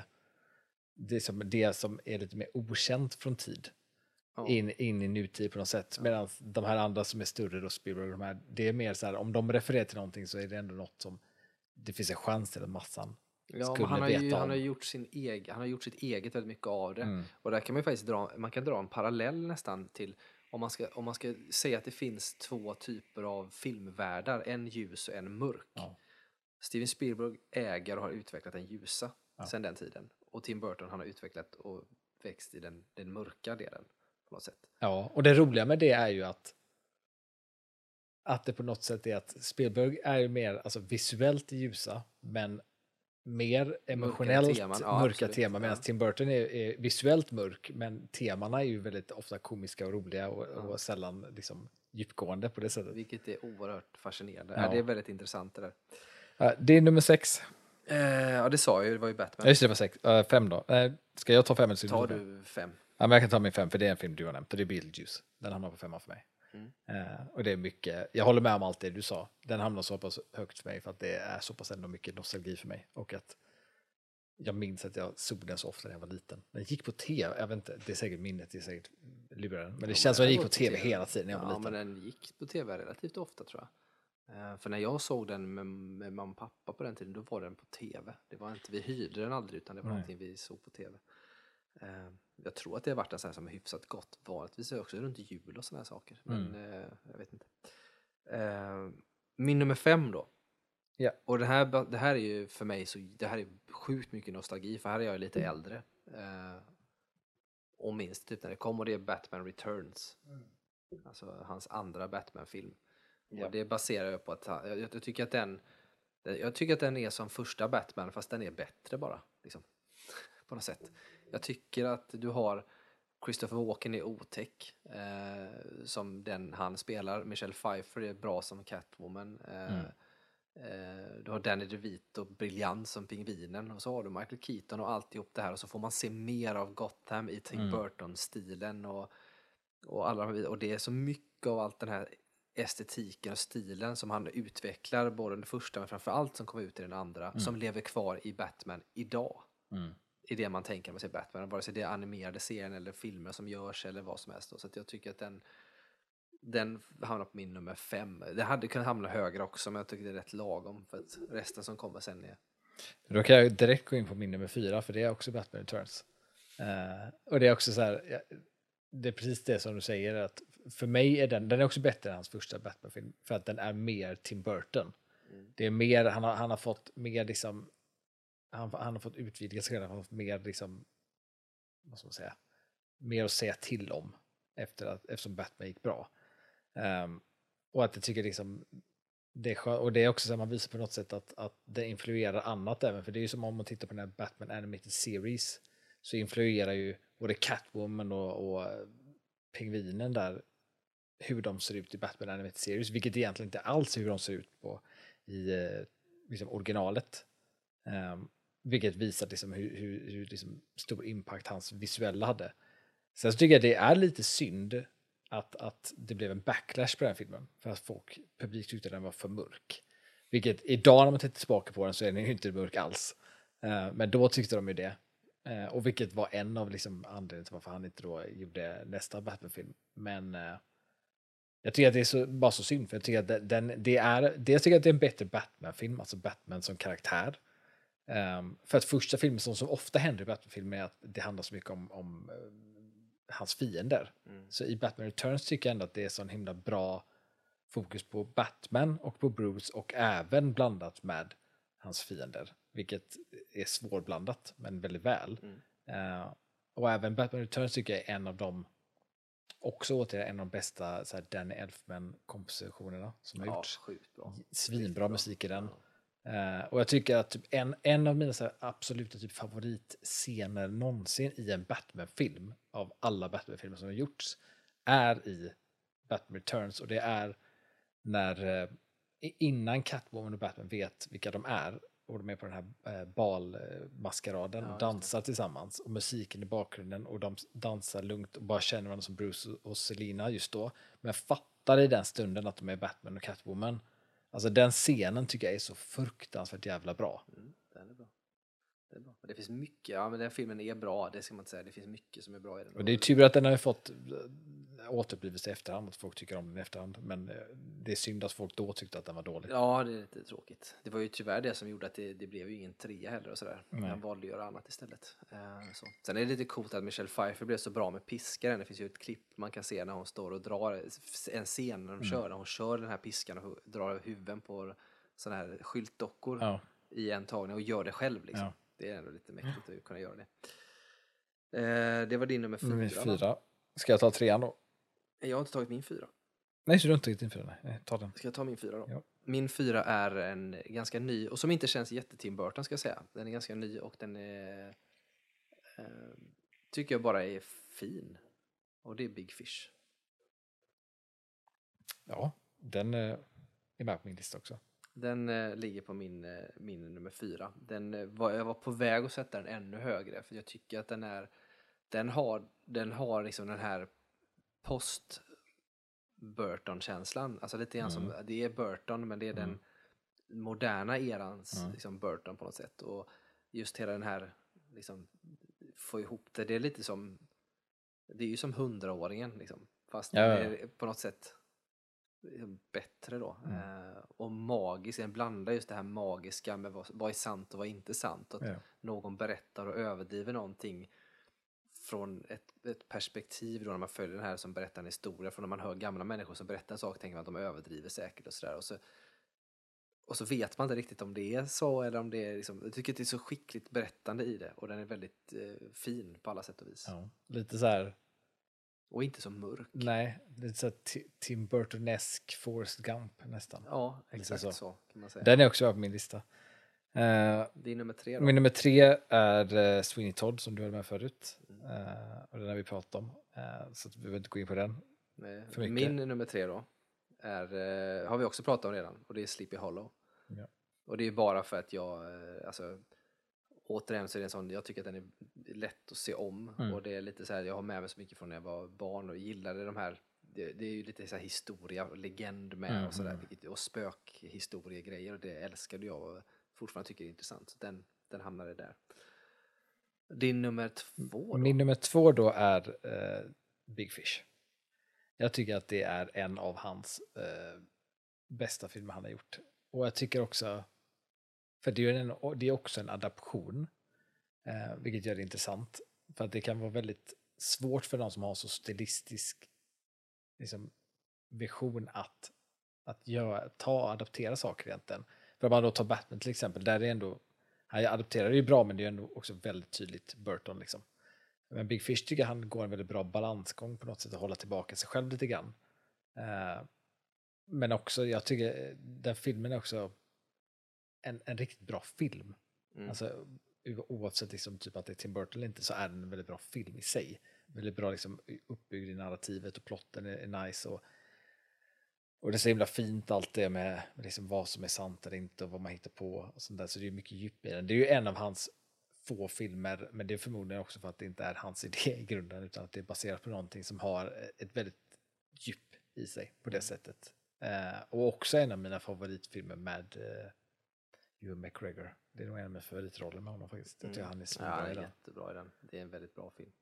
Det som, det som är lite mer okänt från tid oh. in, in i nutid på något sätt. Medan de här andra som är större då, Spielberg, de här, det är mer så här, om de refererar till någonting så är det ändå något som det finns en chans till att massan ja, skulle han har veta ju, om. Han har gjort sin egen, han har gjort sitt eget väldigt mycket av det. Mm. Och där kan man ju faktiskt dra, man kan dra en parallell nästan till om man ska, om man ska säga att det finns två typer av filmvärldar, en ljus och en mörk. Ja. Steven Spielberg äger och har utvecklat den ljusa ja. sedan den tiden. Och Tim Burton han har utvecklat och växt i den, den mörka delen på något sätt. Ja, och det roliga med det är ju att att det på något sätt är att Spielberg är ju mer alltså, visuellt ljusa men mer emotionellt mörka teman, ja, mörka teman medan ja. Tim Burton är, är visuellt mörk men temana är ju väldigt ofta komiska och roliga och, ja. och sällan liksom djupgående på det sättet. Vilket är oerhört fascinerande. Ja. Ja, det är väldigt intressant det där. Ja, det är nummer sex. Eh, ja, det sa jag ju, det var ju Batman. Ja, just det, det var sex. Uh, fem då. Uh, ska jag ta fem eller tar du fem? Ja, men jag kan ta min fem för det är en film du har nämnt och det är Beetlejuice. Den hamnar på femma för mig. Mm. Uh, och det är mycket, jag håller med om allt det du sa. Den hamnar så pass högt för mig för att det är så pass ändå mycket nostalgi för mig. Och att jag minns att jag såg den så ofta när jag var liten. Den gick på tv, jag vet inte, det är säkert minnet, det är säkert luraren. Men det ja, känns som att den gick på tv hela tiden när jag var ja, liten. Ja, men den gick på tv relativt ofta tror jag. Uh, för när jag såg den med, med mamma och pappa på den tiden, då var den på tv. Det var inte, vi hyrde den aldrig utan det var Nej. någonting vi såg på tv. Uh, jag tror att det har varit en sån här som är hyfsat gott. Vanligtvis är också runt jul och såna här saker. Men mm. uh, jag vet inte. Eh, min nummer fem då. Ja. Och det här, det här är ju för mig så, det här är sjukt mycket nostalgi, för här är jag lite äldre. Eh, och minst typ när det kom, och det är Batman Returns. Mm. Alltså hans andra Batman-film. Ja. Och det baserar jag på att jag, jag tycker att den jag tycker att den är som första Batman, fast den är bättre bara. Liksom. På något sätt. Jag tycker att du har Christopher Walken är otäck eh, som den han spelar. Michelle Pfeiffer är bra som Catwoman. Eh, Mm. eh, du har Danny DeVito briljant som Pingvinen. Och så har du Michael Keaton och alltihop det här. Och så får man se mer av Gotham i Tim mm. Burton-stilen. Och, och, alla, och det är så mycket av allt den här estetiken och stilen som han utvecklar. Både den första men framförallt som kommer ut i den andra. Mm. Som lever kvar i Batman idag. Mm. I det man tänker när man ser Batman, vare sig det är animerade serien eller filmer som görs eller vad som helst. Så att jag tycker att den den hamnar på min nummer fem. Det hade kunnat hamna högre också, men jag tycker det är rätt lagom för att resten som kommer sen är... Då kan jag direkt gå in på min nummer fyra, för det är också Batman Returns. Uh, och det är också så här, det är precis det som du säger, att för mig är den, den är också bättre än hans första Batman-film, för att den är mer Tim Burton. Mm. Det är mer, han har, han har fått mer liksom Han, han har fått utvidga sig, han har fått mer liksom, vad ska man säga, mer att säga till om efter att, eftersom Batman gick bra. Um, och att jag tycker liksom det är skönt, och det är också så att man visar på något sätt att, att det influerar annat även, för det är ju som om man tittar på den här Batman Animated Series, så influerar ju både Catwoman och, och Pingvinen där hur de ser ut i Batman Animated Series, vilket egentligen inte alls är hur de ser ut på i liksom originalet. Um, Vilket visar liksom hur, hur, hur liksom stor impact hans visuella hade. Sen så tycker jag det är lite synd att, att det blev en backlash på den här filmen. För att folk, publik tyckte den var för mörk. Vilket idag när man tittar tillbaka på den så är den ju inte mörk alls. Uh, men då tyckte de ju det. Uh, och vilket var en av liksom anledningarna till varför han inte då gjorde nästa Batman-film. Men uh, jag tycker att det är så, bara så synd. För jag tycker att den, det är, dels tycker jag att det är en bättre Batman-film. Alltså Batman som karaktär. Um, för att första filmen som, som ofta händer i Batman-filmer är att det handlar så mycket om, om uh, hans fiender. Mm. Så i Batman Returns tycker jag ändå att det är så en himla bra fokus på Batman och på Bruce, och även blandat med hans fiender. Vilket är svårblandat, men väldigt väl. Mm. Uh, och även Batman Returns tycker jag är en av de också återigen en av de bästa så här, Danny Elfman-kompositionerna som har ja, gjorts. Sjukt bra. Svinbra musik i den. Ja. Uh, och jag tycker att typ en, en av mina så här, absoluta typ, favoritscener någonsin i en Batman-film av alla Batman-filmer som har gjorts är i Batman Returns, och det är när uh, innan Catwoman och Batman vet vilka de är och de är på den här uh, balmaskeraden ja, och dansar tillsammans, och musiken i bakgrunden, och de dansar lugnt och bara känner varandra som Bruce och Selina just då, men fattar i den stunden att de är Batman och Catwoman. Alltså den scenen tycker jag är så fruktansvärt jävla bra. Mm, den är bra. Det är bra. Det finns mycket, ja men den filmen är bra, det ska man inte säga. Det finns mycket som är bra i den. Och det är tur att den har fått återupplivelse i efterhand, att folk tycker om den i efterhand. Men det är synd att folk då tyckte att den var dålig. Ja, det är lite tråkigt. Det var ju tyvärr det som gjorde att det, det blev ju ingen trea heller och sådär. Man valde att göra annat istället. Uh, så. Sen är det lite coolt att Michelle Pfeiffer blev så bra med piskaren. Det finns ju ett klipp man kan se när hon står och drar en scen när de mm. kör. När hon kör den här piskan och drar huven på sådana här skyltdockor ja. i en tagning och gör det själv liksom. Ja. Det är ändå lite mäktigt att kunna göra det. Uh, det var din nummer fyra. Nummer fyra. Ska jag ta trean då? Jag har inte tagit min fyra. Nej, så du har inte tagit din fyra? Nej, ta den. Ska jag ta min fyra då? Ja. Min fyra är en ganska ny, och som inte känns jätte-Tim Burton ska jag säga. Den är ganska ny och den är, eh, tycker jag bara är fin. Och det är Big Fish. Ja, den eh, är med på min lista också. Den eh, ligger på min, eh, min nummer fyra. Den, eh, var, jag var på väg att sätta den ännu högre, för jag tycker att den är, den har, den har liksom den här post Burton-känslan. Alltså lite grann mm. som, det är Burton, men det är mm. den moderna erans mm. liksom Burton på något sätt. Och just hela den här liksom, få ihop det, det är lite som, det är ju som hundraåringen liksom. Fast ja, ja. det är på något sätt liksom bättre då. Mm. Eh, och magisk, en blandar just det här magiska med vad, vad är sant och vad är inte sant. Att ja. någon berättar och överdriver någonting från ett, ett perspektiv då när man följer den här som berättar en historia, från när man hör gamla människor som berättar en sak tänker man att de överdriver säkert och sådär. Och så, och så vet man inte riktigt om det är så eller om det är liksom, jag tycker att det är så skickligt berättande i det och den är väldigt eh, fin på alla sätt och vis. Ja, lite så här. Och inte så mörk. Nej, lite så här Ti- Tim Burton-esk Forrest Gump nästan. Ja, Lite exakt så. så. kan man säga. Den är också på min lista. Uh, Det är nummer tre då. min nummer tre är uh, Sweeney Todd som du hade med förut. Uh, och den har vi pratat om. Uh, så att vi behöver inte gå in på den. Nej, för mycket. Min nummer tre då är, eh, har vi också pratat om redan, och det är Sleepy Hollow. Ja. Och det är bara för att jag, eh, alltså, återigen så är det en sån, jag tycker att den är lätt att se om. Mm. Och det är lite så här, jag har med mig så mycket från när jag var barn och gillade de här, det, det är ju lite så här historia och legend med Mm, och sådär, mm. vilket- och spökhistoriegrejer, och det älskade jag och fortfarande tycker är intressant. Så den, den hamnade där. Din nummer två då? Min nummer två då är uh, Big Fish. Jag tycker att det är en av hans uh, bästa filmer han har gjort. Och jag tycker också, för det är, en, det är också en adaption, uh, vilket gör det intressant. För att det kan vara väldigt svårt för de som har så stilistisk liksom, vision att, att göra, ta och adaptera saker egentligen. För om man då tar Batman till exempel, där är det ändå, han adapterar det ju bra, men det är ändå också väldigt tydligt Burton liksom. Men Big Fish tycker han går en väldigt bra balansgång på något sätt att hålla tillbaka sig själv lite grann. Uh, men också, jag tycker den filmen är också en, en riktigt bra film. Mm. Alltså oavsett liksom, typ att det är Tim Burton eller inte, så är den en väldigt bra film i sig. Väldigt bra liksom, uppbyggd i narrativet och plotten är, är nice. Och, och det är så himla fint allt det med liksom, vad som är sant eller inte och vad man hittar på. Och sånt där. Så det är mycket djup i den. Det är ju en av hans få filmer, men det är förmodligen också för att det inte är hans idé i grunden, utan att det är baserat på någonting som har ett väldigt djup i sig på det sättet. Uh, och också en av mina favoritfilmer med uh, Ewan McGregor. Det är nog en av mina favoritroller med honom faktiskt. Jag tycker Mm. han är så Ja, bra han i är den. jättebra i den. Det är en väldigt bra film.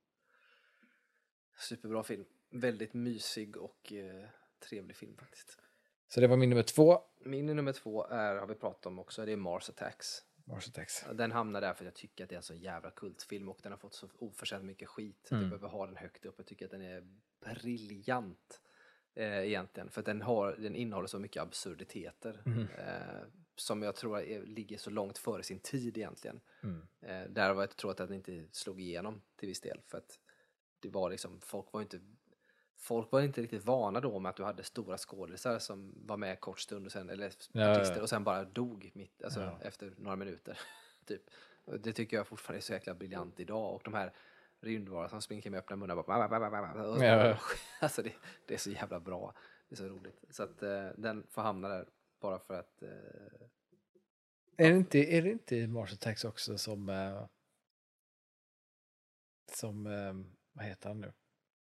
Superbra film. Väldigt mysig och eh, trevlig film faktiskt. Så det var min nummer två. Min nummer två är, har vi pratat om också, det är Mars Attacks. Mars Attacks. Den hamnar där för att jag tycker att det är en så jävla kultfilm och den har fått så oförtjänt mycket skit. Så att Mm. jag behöver ha den högt upp. Jag tycker att den är briljant eh, egentligen. För att den, har, den innehåller så mycket absurditeter. Mm. Eh, som jag tror är, ligger så långt före sin tid egentligen. Mm. Eh, där var jag tror att den inte slog igenom till viss del. För att det var liksom, folk var inte folk var inte riktigt vana då med att du hade stora skådisar som var med kort stund och sen, eller Ja, artister ja. och sen bara dog mitt, alltså Ja. efter några minuter. typ. Och det tycker jag fortfarande är så jäkla briljant idag. Och de här rymdvaror som springer med öppna munnar bara, och så, Ja. alltså det, det är så jävla bra. Det är så roligt. Så att eh, den får hamna där bara för att eh, Är det inte, är det inte i Mars Attacks också som eh, som, eh, vad heter han nu?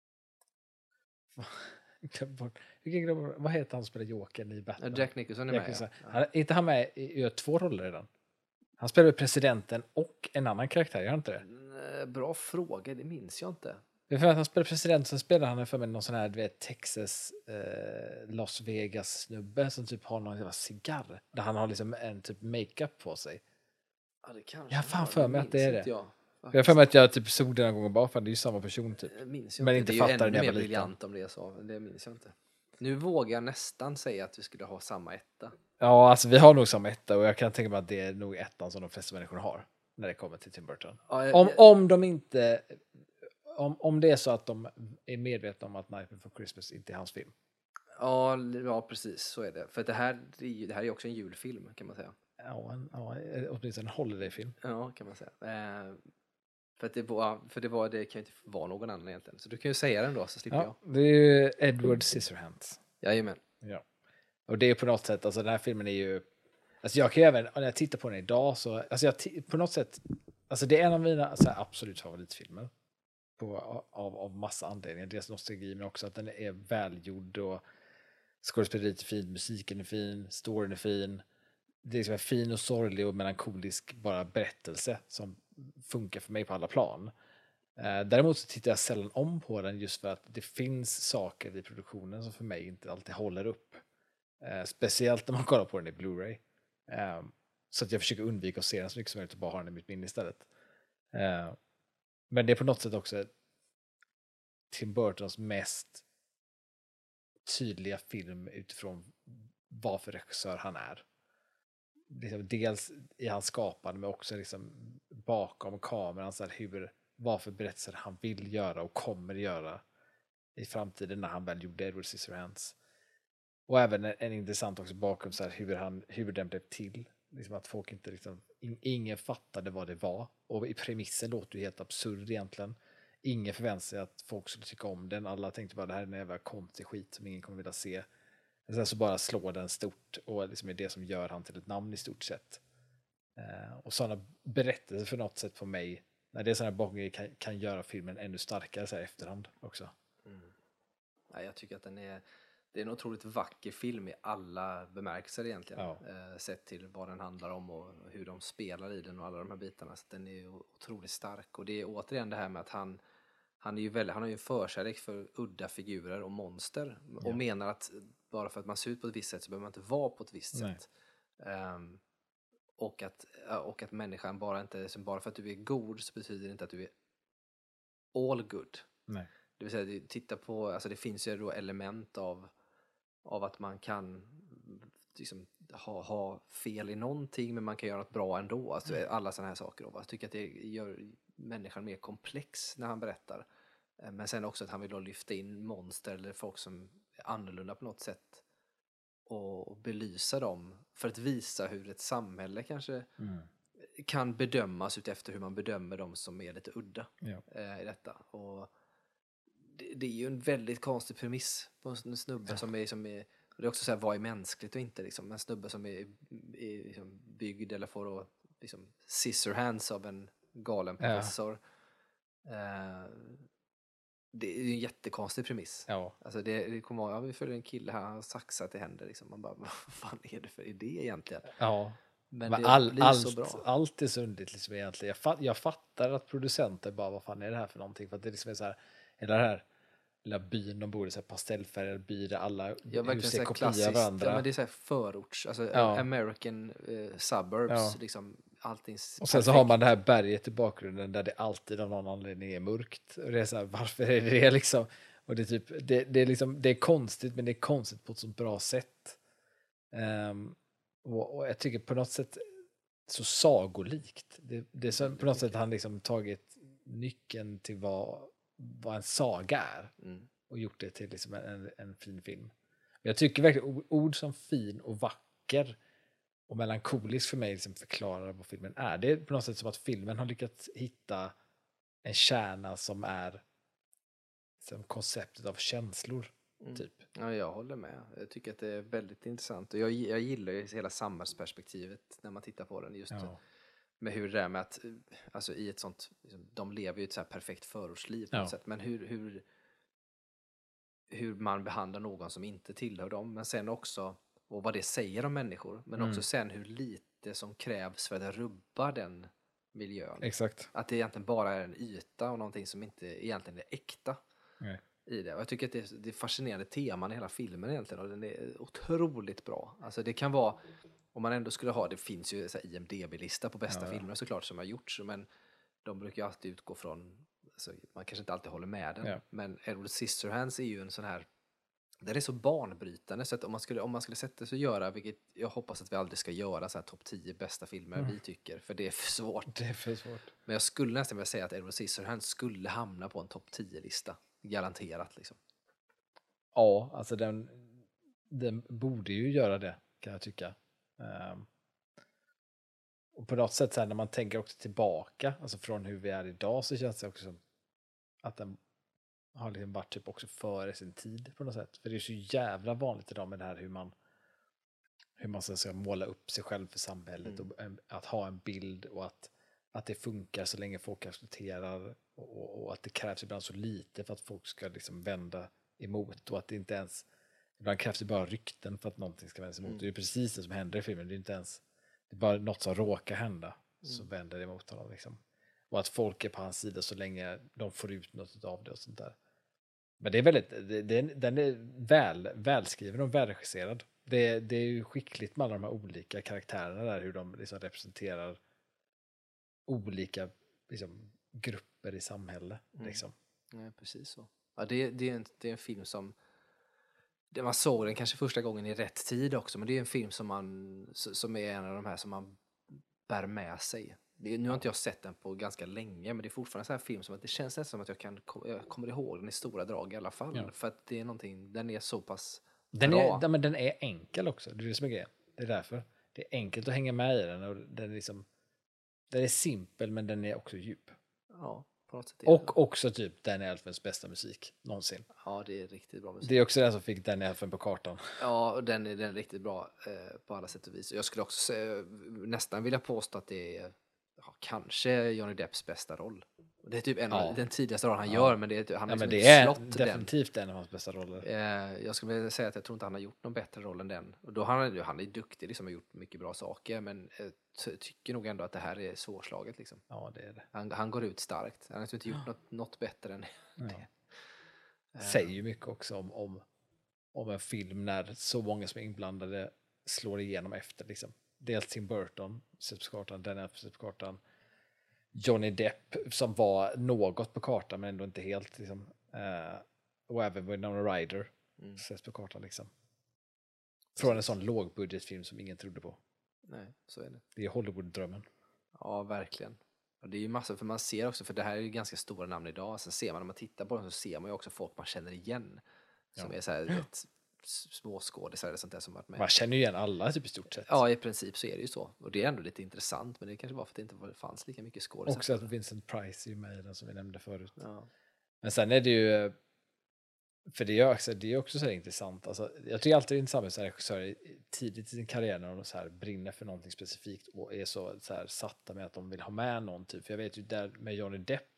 Glöm bort. Vilken glöm, vad heter han som spelar Jokern i Batman? Jack Nicholson är Jack med. Nicholson. Ja. Han, är inte han med i, i två roller redan? Han spelar presidenten och en annan karaktär, gör han inte det? Ja. Bra fråga, det minns jag inte. Det är för att han spelar president, så spelar han för mig någon sån här, du vet, Texas, eh, Las Vegas snubbe som typ har någon jävla cigarr. Där han har liksom en typ makeup på sig. Ja, det kanske Jag har fan var, för mig att det minns är det. inte Jag, Jag har för mig att jag typ såg det någon gång bara för att det är ju samma person typ. Det minns jag Men inte. inte Det är ju fattar ännu när jag mer var liten. briljant om det är så. Det minns jag inte. Nu vågar jag nästan säga att vi skulle ha samma etta. Ja, alltså vi har nog samma etta och jag kan tänka mig att det är nog ettan som de flesta människor har när det kommer till Tim Burton. Ja, jag, Om, jag, om de inte, om, om det är så att de är medvetna om att Nightmare Before Christmas inte är hans film. ja, ja, precis så är det. För det här, det är ju- det här är också en julfilm kan man säga. Ja, en, ja åtminstone en holiday-film. Ja, kan man säga. Eh, för, att det var, för det var, det kan ju inte vara någon annan egentligen. Så du kan ju säga den då så slipper Ja, det är ju Edward Scissorhands. jag. Jajamän. Ja. Och det är på något sätt, alltså den här filmen är ju, alltså jag kan ju även, när jag tittar på den idag så, alltså jag ti- på något sätt, alltså det är en av mina så här, absolut favoritfilmer. På, av, av massa anledningar. Dels nostalgi men också att den är välgjord och skådespeleriet är fint, musiken är fin, storyn är fin. Det är liksom en fin och sorglig och melankolisk bara berättelse som funkar för mig på alla plan. Eh, däremot så tittar jag sällan om på den just för att det finns saker i produktionen som för mig inte alltid håller upp. Eh, speciellt när man kollar på den i Blu-ray. Eh, så att jag försöker undvika att se den så mycket som möjligt och bara ha den i mitt minne istället. Eh, Men det är på något sätt också Tim Burtons mest tydliga film utifrån vad för regissör han är. Liksom dels i hans skapande, men också liksom bakom kameran, så här hur, vad för berättelser han vill göra och kommer göra i framtiden när han väl gjorde Edward Scissorhands. Och även en, en intressant också bakom så här hur, han, hur den blev till. Liksom att folk inte liksom, in, ingen fattade vad det var. Och i premissen låter det helt absurd egentligen. Ingen förväntade sig att folk skulle tycka om den. Alla tänkte bara det här är en jävla konstig skit som ingen kommer vilja se. Men sen så bara slår den stort och liksom är det som gör han till ett namn i stort sett. Uh, och sådana berättelser för något sätt på mig, när det är sådana bakgrejer kan, kan göra filmen ännu starkare så här efterhand också. Mm. Ja, jag tycker att den är, det är en otroligt vacker film i alla bemärkelser egentligen. Ja. Uh, sett till vad den handlar om och hur de spelar i den och alla de här bitarna. Så den är otroligt stark. Och det är återigen det här med att han Han, är ju väldigt, han har ju en förkärlek för udda figurer och monster. Och Ja. menar att bara för att man ser ut på ett visst sätt så behöver man inte vara på ett visst Nej. sätt. Um, och, att, och att människan bara inte, som bara för att du är god så betyder det inte att du är all good. Nej. Det vill säga, titta på, alltså det finns ju då element av, av att man kan liksom ha, ha fel i någonting, men man kan göra något bra ändå. Alltså Mm. alla sådana här saker. Då. Jag tycker att det gör människan mer komplex när han berättar. Men sen också att han vill då lyfta in monster eller folk som är annorlunda på något sätt och belysa dem för att visa hur ett samhälle kanske Mm. kan bedömas utefter hur man bedömer dem som är lite udda Ja. eh, i detta. Och det, det är ju en väldigt konstig premiss på en snubbe Ja. som är, som är och det är också så här, vad är mänskligt och inte liksom. En snubbe som är, är liksom byggd eller får då liksom scissorhands av en galen professor. Ja. Eh, det är ju en jättekonstig premiss. Ja. Alltså det, det kommer vara, ja, vi följer en kille här, han har saxat i händer liksom. Man bara, vad fan är det för idé egentligen? Ja. Men, Men det all, blir allt, så bra. allt är så underligt liksom egentligen. Jag, fatt, jag fattar att producenter bara, vad fan är det här för någonting? För att det liksom är så här, hela det här lilla byn de bor i, så här pastellfärgade by där alla Ja, hus är kopior av klassiskt. varandra. Ja, men det är så här förorts, alltså Ja. American eh, suburbs, Ja. liksom allting. Och sen perfekt. så har man det här berget i bakgrunden där det alltid av någon anledning är mörkt. Och det är så här, varför är det det liksom? Och det är typ, det, det är liksom, det är konstigt, men det är konstigt på ett så bra sätt. Um, och, och jag tycker på något sätt så sagolikt. Det, det är så, på något sätt han liksom tagit nyckeln till vad, vad en saga är. Mm. Och gjort det till liksom en, en fin film. Jag tycker verkligen ord som fin och vacker och melankolisk för mig liksom förklarar vad filmen är. Det är på något sätt som att filmen har lyckats hitta en kärna som är som konceptet av känslor. Mm. Typ. Ja, jag håller med. Jag tycker att det är väldigt intressant. Och jag, jag gillar ju hela samhällsperspektivet när man tittar på den. Just Ja. med hur det är med att, alltså i ett sånt, liksom, de lever ju ett så här perfekt förortsliv på Ja. något sätt. Men hur, hur, hur man behandlar någon som inte tillhör dem. Men sen också, och vad det säger om människor. Men Mm. också sen hur lite som krävs för att rubba den miljön. Exakt. Att det egentligen bara är en yta och någonting som inte egentligen är äkta. Nej. I det. Och jag tycker att det är, det är fascinerande teman i hela filmen egentligen. Och den är otroligt bra. Alltså det kan vara, om man ändå skulle ha, det finns ju så här I M D B-lista på bästa Ja, ja. filmer såklart som har gjorts. Men de brukar ju alltid utgå från, alltså, man kanske inte alltid håller med den. Ja. Men Edward Scissorhands är ju en sån här, den är så banbrytande så att om man skulle, om man skulle sätta sig och göra, vilket jag hoppas att vi aldrig ska göra, så här topp tio bästa filmer Mm. vi tycker, för det är för svårt. Det är för svårt. Men jag skulle nästan vilja säga att Edward Scissorhands skulle hamna på en topp tio-lista. Garanterat liksom. Ja, alltså den, den borde ju göra det, kan jag tycka. Um, och på något sätt så här, när man tänker också tillbaka, alltså från hur vi är idag, så känns det också som att den har liksom varit typ också före sin tid på något sätt. För det är så jävla vanligt idag med det här hur man hur man ska måla upp sig själv för samhället Mm. och en, att ha en bild och att, att det funkar så länge folk accepterar och, och, och att det krävs ibland så lite för att folk ska liksom vända emot och att det inte ens, ibland krävs det bara rykten för att någonting ska vändas emot. Mm. Det är precis det som händer i filmen, det är inte ens, det är bara något som råkar hända så Mm. vänder det emot honom liksom. Och att folk är på hans sida så länge de får ut något av det och sånt där. Men det är väldigt, det, det, den är väl, välskriven och välregisserad. Det, det är ju skickligt med alla de här olika karaktärerna där, hur de liksom representerar olika liksom, grupper grupper i samhället. Mm. Liksom. Ja, precis så. Ja, det, det, är en, det är en film som det man såg den kanske första gången i rätt tid också, men det är en film som man som är en av de här som man bär med sig. Det, nu har inte jag sett den på ganska länge, men det är fortfarande en sån här film som att det känns nästan som att jag kan jag kommer ihåg den i stora drag i alla fall, Ja. för att det är någonting, den är så pass Den bra. är, men den är enkel också, det är det som är grejen. Det är därför. Det är enkelt att hänga med i den och den är liksom den är simpel men den är också djup. Ja, på något sätt. Är och också typ Danny Elfmans bästa musik någonsin. Ja, det är riktigt bra musik. Det är också den som fick Danny Elfman på kartan. Ja, och den är, den är riktigt bra eh, på alla sätt och vis. Jag skulle också säga, nästan vilja påstå att det är ja, kanske Johnny Depps bästa roll. Det är typ en Ja. av den tidigaste rollen han Ja. gör, men det är, han Ja, har men liksom det är slått definitivt den. en av hans bästa roller. Eh, jag skulle vilja säga att jag tror inte han har gjort någon bättre roll än den. Och då han, han är duktig, liksom, har gjort mycket bra saker, men jag ty- tycker nog ändå att det här är svårslaget. Liksom. Ja, det är det. Han, han går ut starkt. Han har inte gjort något, något bättre än Ja. det. Eh, Säger ju mycket också om, om, om en film när så många som är inblandade slår igenom efter. Liksom. Dels Tim Burton, sätts på kartan, Danny Elfman sätts på kartan. Johnny Depp som var något på kartan men ändå inte helt. Liksom. Eh, och även Winona Ryder Mm. sätts på kartan. Liksom. Från en sån lågbudgetfilm som ingen trodde på. Nej, så är det. Det är Hollywood-drömmen. Ja, verkligen. Och det är ju massor, för man ser också, för det här är ju ganska stora namn idag, sen ser man när man tittar på dem så ser man ju också folk man känner igen. Som Ja. är så här rätt småskådisar eller sånt där som varit med. Man känner ju igen alla typ i stort sett. Ja, i princip så är det ju så. Och det är ändå lite intressant, men det kanske var för att det inte var- fanns lika mycket skådisar. Också att Vincent Price är ju med i den som vi nämnde förut. Ja. Men sen är det ju, för det är också, det är också så här intressant. Alltså, jag tycker alltid det är intressant med så här regissörer tidigt i sin karriär när de så här brinner för någonting specifikt och är så, så här satta med att de vill ha med någon typ. För jag vet ju där med Johnny Depp,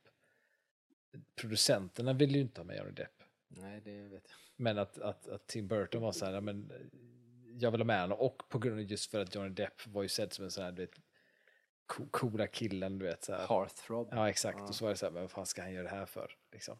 producenterna vill ju inte ha med Johnny Depp. Nej, det vet jag. Men att, att, att Tim Burton var så här, ja, men jag vill ha med honom. Och på grund av just för att Johnny Depp var ju sedd som en sån här, du vet, co- coola killen, du vet. Så här. Heartthrob. Ja, exakt. Ja. Och så var det så här, men vad fan ska han göra det här för? Liksom.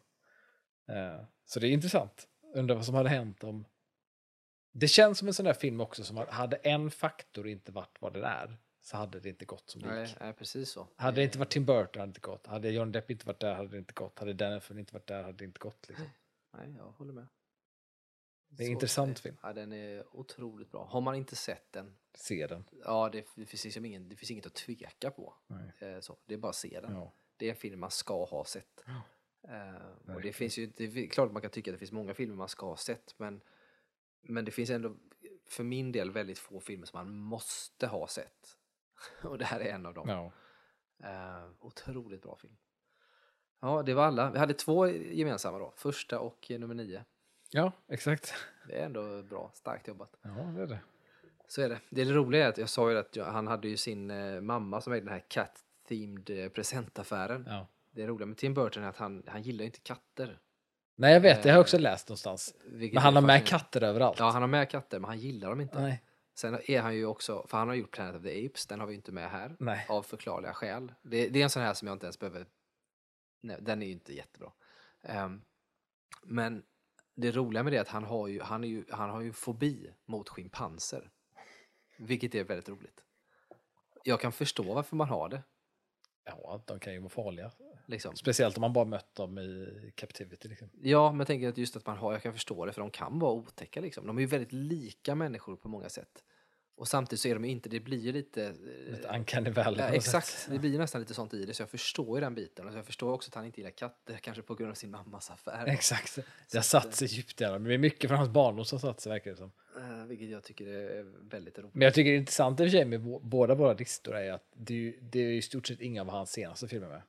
Eh, så det är intressant. Undrar vad som hade hänt om... Det känns som en sån där film också som hade en faktor inte varit vad den är så hade det inte gått som det Nej, gick. nej, precis så. Hade det inte varit Tim Burton hade det inte gått. Hade Johnny Depp inte varit där hade det inte gått. Hade Dan Elfman inte varit där hade det inte gått. Liksom. Nej, jag håller med. Det är en Så intressant är- film. Ja, den är otroligt bra. Har man inte sett den, Se den. ja, det, det, finns, liksom ingen, det finns inget att tveka på. Nej. Eh, så, det är bara att se den. Ja. Det är en film man ska ha sett. Ja. Eh, och det Verkligen. finns ju, det är klart att man kan tycka att det finns många filmer man ska ha sett, men, men det finns ändå för min del väldigt få filmer som man måste ha sett. Och det här är en av dem. Ja. Eh, otroligt bra film. Ja, det var alla. Vi hade två gemensamma då. Första och eh, nummer nio. ja, exakt. Det är ändå bra. Starkt jobbat. Ja, det är det. Så är det. Det, är det roliga är att jag sa ju att jag, han hade ju sin eh, mamma som ägde den här cat-themed eh, presentaffären. Ja. Det är roliga med Tim Burton är att han, han gillar ju inte katter. Nej, jag vet. Det har jag också läst någonstans. Vilket Men han är har med fascinerande. katter överallt. Ja, han har med katter, men han gillar dem inte. Nej. Sen är han ju också, för han har gjort Planet of the Apes, den har vi inte med här. Nej. Av förklarliga skäl. Det, det är en sån här som jag inte ens behöver, nej, den är ju inte jättebra. Ehm, men det roliga med det är att han har ju, han är ju, han har ju fobi mot schimpanser. Vilket är väldigt roligt. Jag kan förstå varför man har det. Ja, de kan ju vara farliga. Liksom. Speciellt om man bara mött dem i captivity. Liksom. Ja, men jag tänker att just att man har, jag kan förstå det, för de kan vara otäcka liksom. De är ju väldigt lika människor på många sätt. Och samtidigt så är de ju inte, det blir ju lite... Lite uncanny valley. Ja, på något exakt, sätt. det blir ju nästan lite sånt i det, så jag förstår ju den biten. Och jag förstår också att han inte gillar katter, kanske på grund av sin mammas affär. Exakt. Det har Så satt att, sig djupt i alla. Men det är mycket från hans barndom som satt sig, verkar det som. Eh, vilket jag tycker är väldigt roligt. Men jag tycker det är intressant i och för sig med vå- båda våra listor är att det är, ju, det är i stort sett inga av hans senaste filmer med.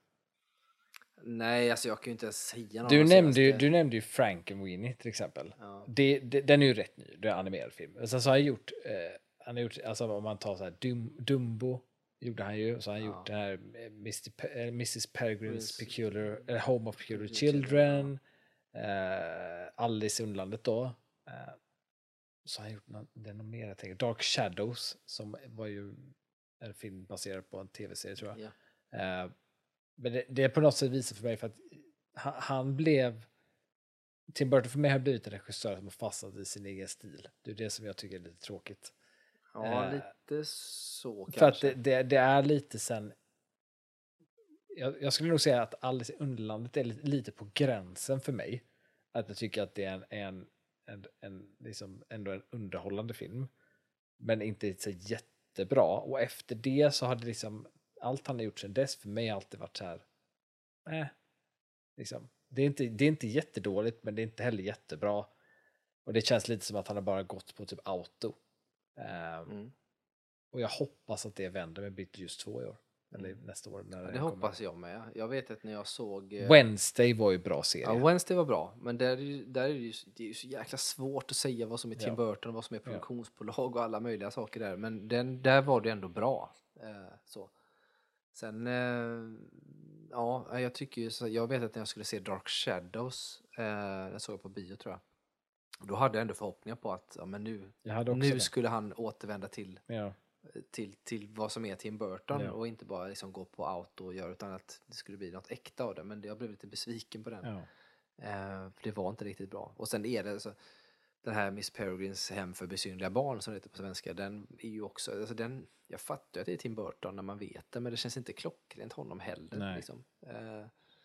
Nej, alltså jag kan ju inte ens säga någon Du av de nämnde, ju, senaste. du nämnde ju Frankenweenie till exempel. Ja. Det, det, den är ju rätt ny, det är en animerad film. Sen så har han gjort, eh, han har gjort alltså om man tar så här Dum, Dumbo gjorde han ju, så har han Ja. gjort den här eh, mister Pe- eh, missus Peregrine's Yes. Peculiar, eh, Home of Peculiar Peculiar Children, eh, Alice i Underlandet då. Eh, så har han gjort någon, det är någon mer jag tänker, Dark Shadows som var ju en film baserad på en tv-serie tror jag. Ja. Eh, men det, det är på något sätt visat för mig för att han, han blev Tim Burton för mig har blivit en regissör som har fastnat i sin egen stil. Det är det som jag tycker är lite tråkigt. Ja, Eh, lite så För att kanske. det, det, det är lite sen jag, jag skulle nog säga att Alice i Underlandet är lite, lite på gränsen för mig. Att jag tycker att det är en, en, en, en liksom ändå en underhållande film. Men inte så jättebra. Och efter det så har det liksom, allt han har gjort sedan dess för mig har alltid varit så här, eh, liksom. Det är inte, det är inte jättedåligt, men det är inte heller jättebra. Och det känns lite som att han har bara gått på typ auto. Um, mm. Och jag hoppas att det vänder med Beetlejuice två i år. Eller nästa år. När ja, det hoppas kommer. jag med. Jag vet att när jag såg... Eh... Wednesday var ju bra serie. Ja, Wednesday var bra. Men där är, ju, där är det, ju, det är ju så jäkla svårt att säga vad som är Tim ja. Burton och vad som är produktionsbolag och alla möjliga saker där. Men den, där var det ändå bra. Eh, så. Sen... Eh, ja, jag tycker ju... Så, jag vet att när jag skulle se Dark Shadows, eh, den såg jag på bio tror jag. Då hade jag ändå förhoppningar på att ja, men nu, nu skulle han återvända till, ja. till, till vad som är Tim Burton ja. och inte bara liksom gå på auto och göra, utan att det skulle bli något äkta av det. Men jag blev lite besviken på den. Ja. Eh, för det var inte riktigt bra. Och sen är det så, den här Miss Peregrines hem för besynliga barn som det heter på svenska, den är ju också, alltså den, jag fattar att det är Tim Burton när man vet det, men det känns inte klockrent honom heller. Liksom. Eh,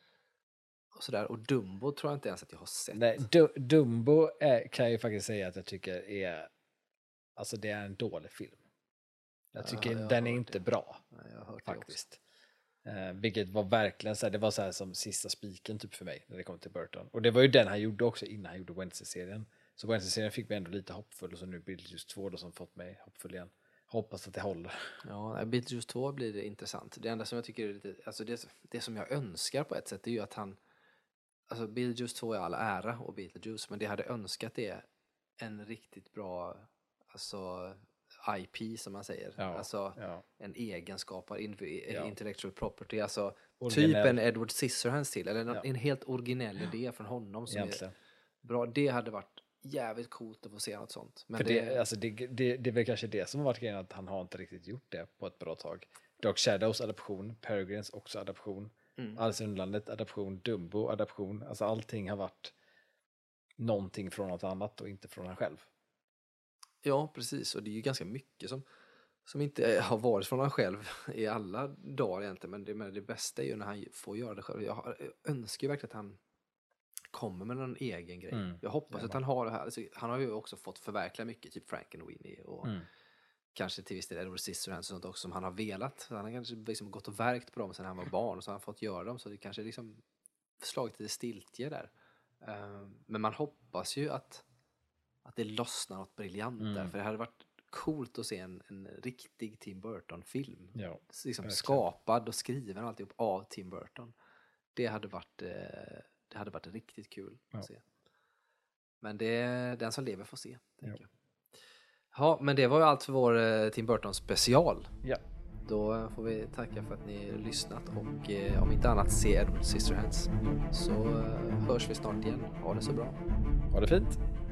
Och, sådär. Och Dumbo tror jag inte ens att jag har sett. Nej, D- Dumbo är, kan jag ju faktiskt säga att jag tycker är, alltså det är en dålig film. Jag tycker ja, jag den är inte det. bra. Ja, jag har hört faktiskt. Eh, vilket var verkligen så här, det var så här som sista spiken typ för mig när det kom till Burton. Och det var ju den han gjorde också innan han gjorde Wednesday-serien. Så Wednesday-serien fick mig ändå lite hoppfull, och så nu Beetlejuice två då som fått mig hoppfull igen. Hoppas att det håller. Ja, Beetlejuice två blir det intressant. Det enda som jag tycker är lite, alltså det, det som jag önskar på ett sätt är ju att han, alltså Beetlejuice två är all ära och Beetlejuice, men det hade önskat det en riktigt bra, alltså I P som man säger. Ja, alltså ja. en egenskapad in- ja. intellectual property, alltså originell. Typ en Edward Scissorhands till, eller en, ja. en helt originell idé från honom som Egentligen. är bra. Det hade varit jävligt coolt att få se något sånt. Men För det, det, alltså det, det, det är väl kanske det som har varit grejen, att han har inte riktigt gjort det på ett bra tag. Dark Shadows adaption, Peregrines också adaption. Mm. Alice i Underlandet adaption, Dumbo adaption, alltså allting har varit någonting från något annat och inte från han själv. Ja, precis, och det är ju ganska mycket som, som inte har varit från han själv i alla dagar egentligen, men det, men det bästa är ju när han får göra det själv. Jag, har, jag önskar ju verkligen att han kommer med någon egen grej. Mm. Jag hoppas ja, att han har det här, alltså, han har ju också fått förverkliga mycket, typ Frankenweenie och mm. kanske till viss del Edward Scissorhands och sånt också som han har velat. Så han har kanske liksom gått och verkt på dem sedan han var barn, och så har han fått göra dem, så det kanske liksom slagit lite stiltje där. Uh, men man hoppas ju att, att det lossnar något briljant mm. där, för det hade varit coolt att se en, en riktig Tim Burton-film. Ja, liksom skapad och skriven och alltihop av Tim Burton. Det hade varit, uh, det hade varit riktigt kul ja. att se. Men det, den som lever får se, tänker jag. Ja, men det var ju allt för vår eh, Tim Burton special. Ja. Då får vi tacka för att ni har lyssnat, och eh, om inte annat se Edward Scissorhands. Så eh, hörs vi snart igen. Ha det så bra. Ha det fint.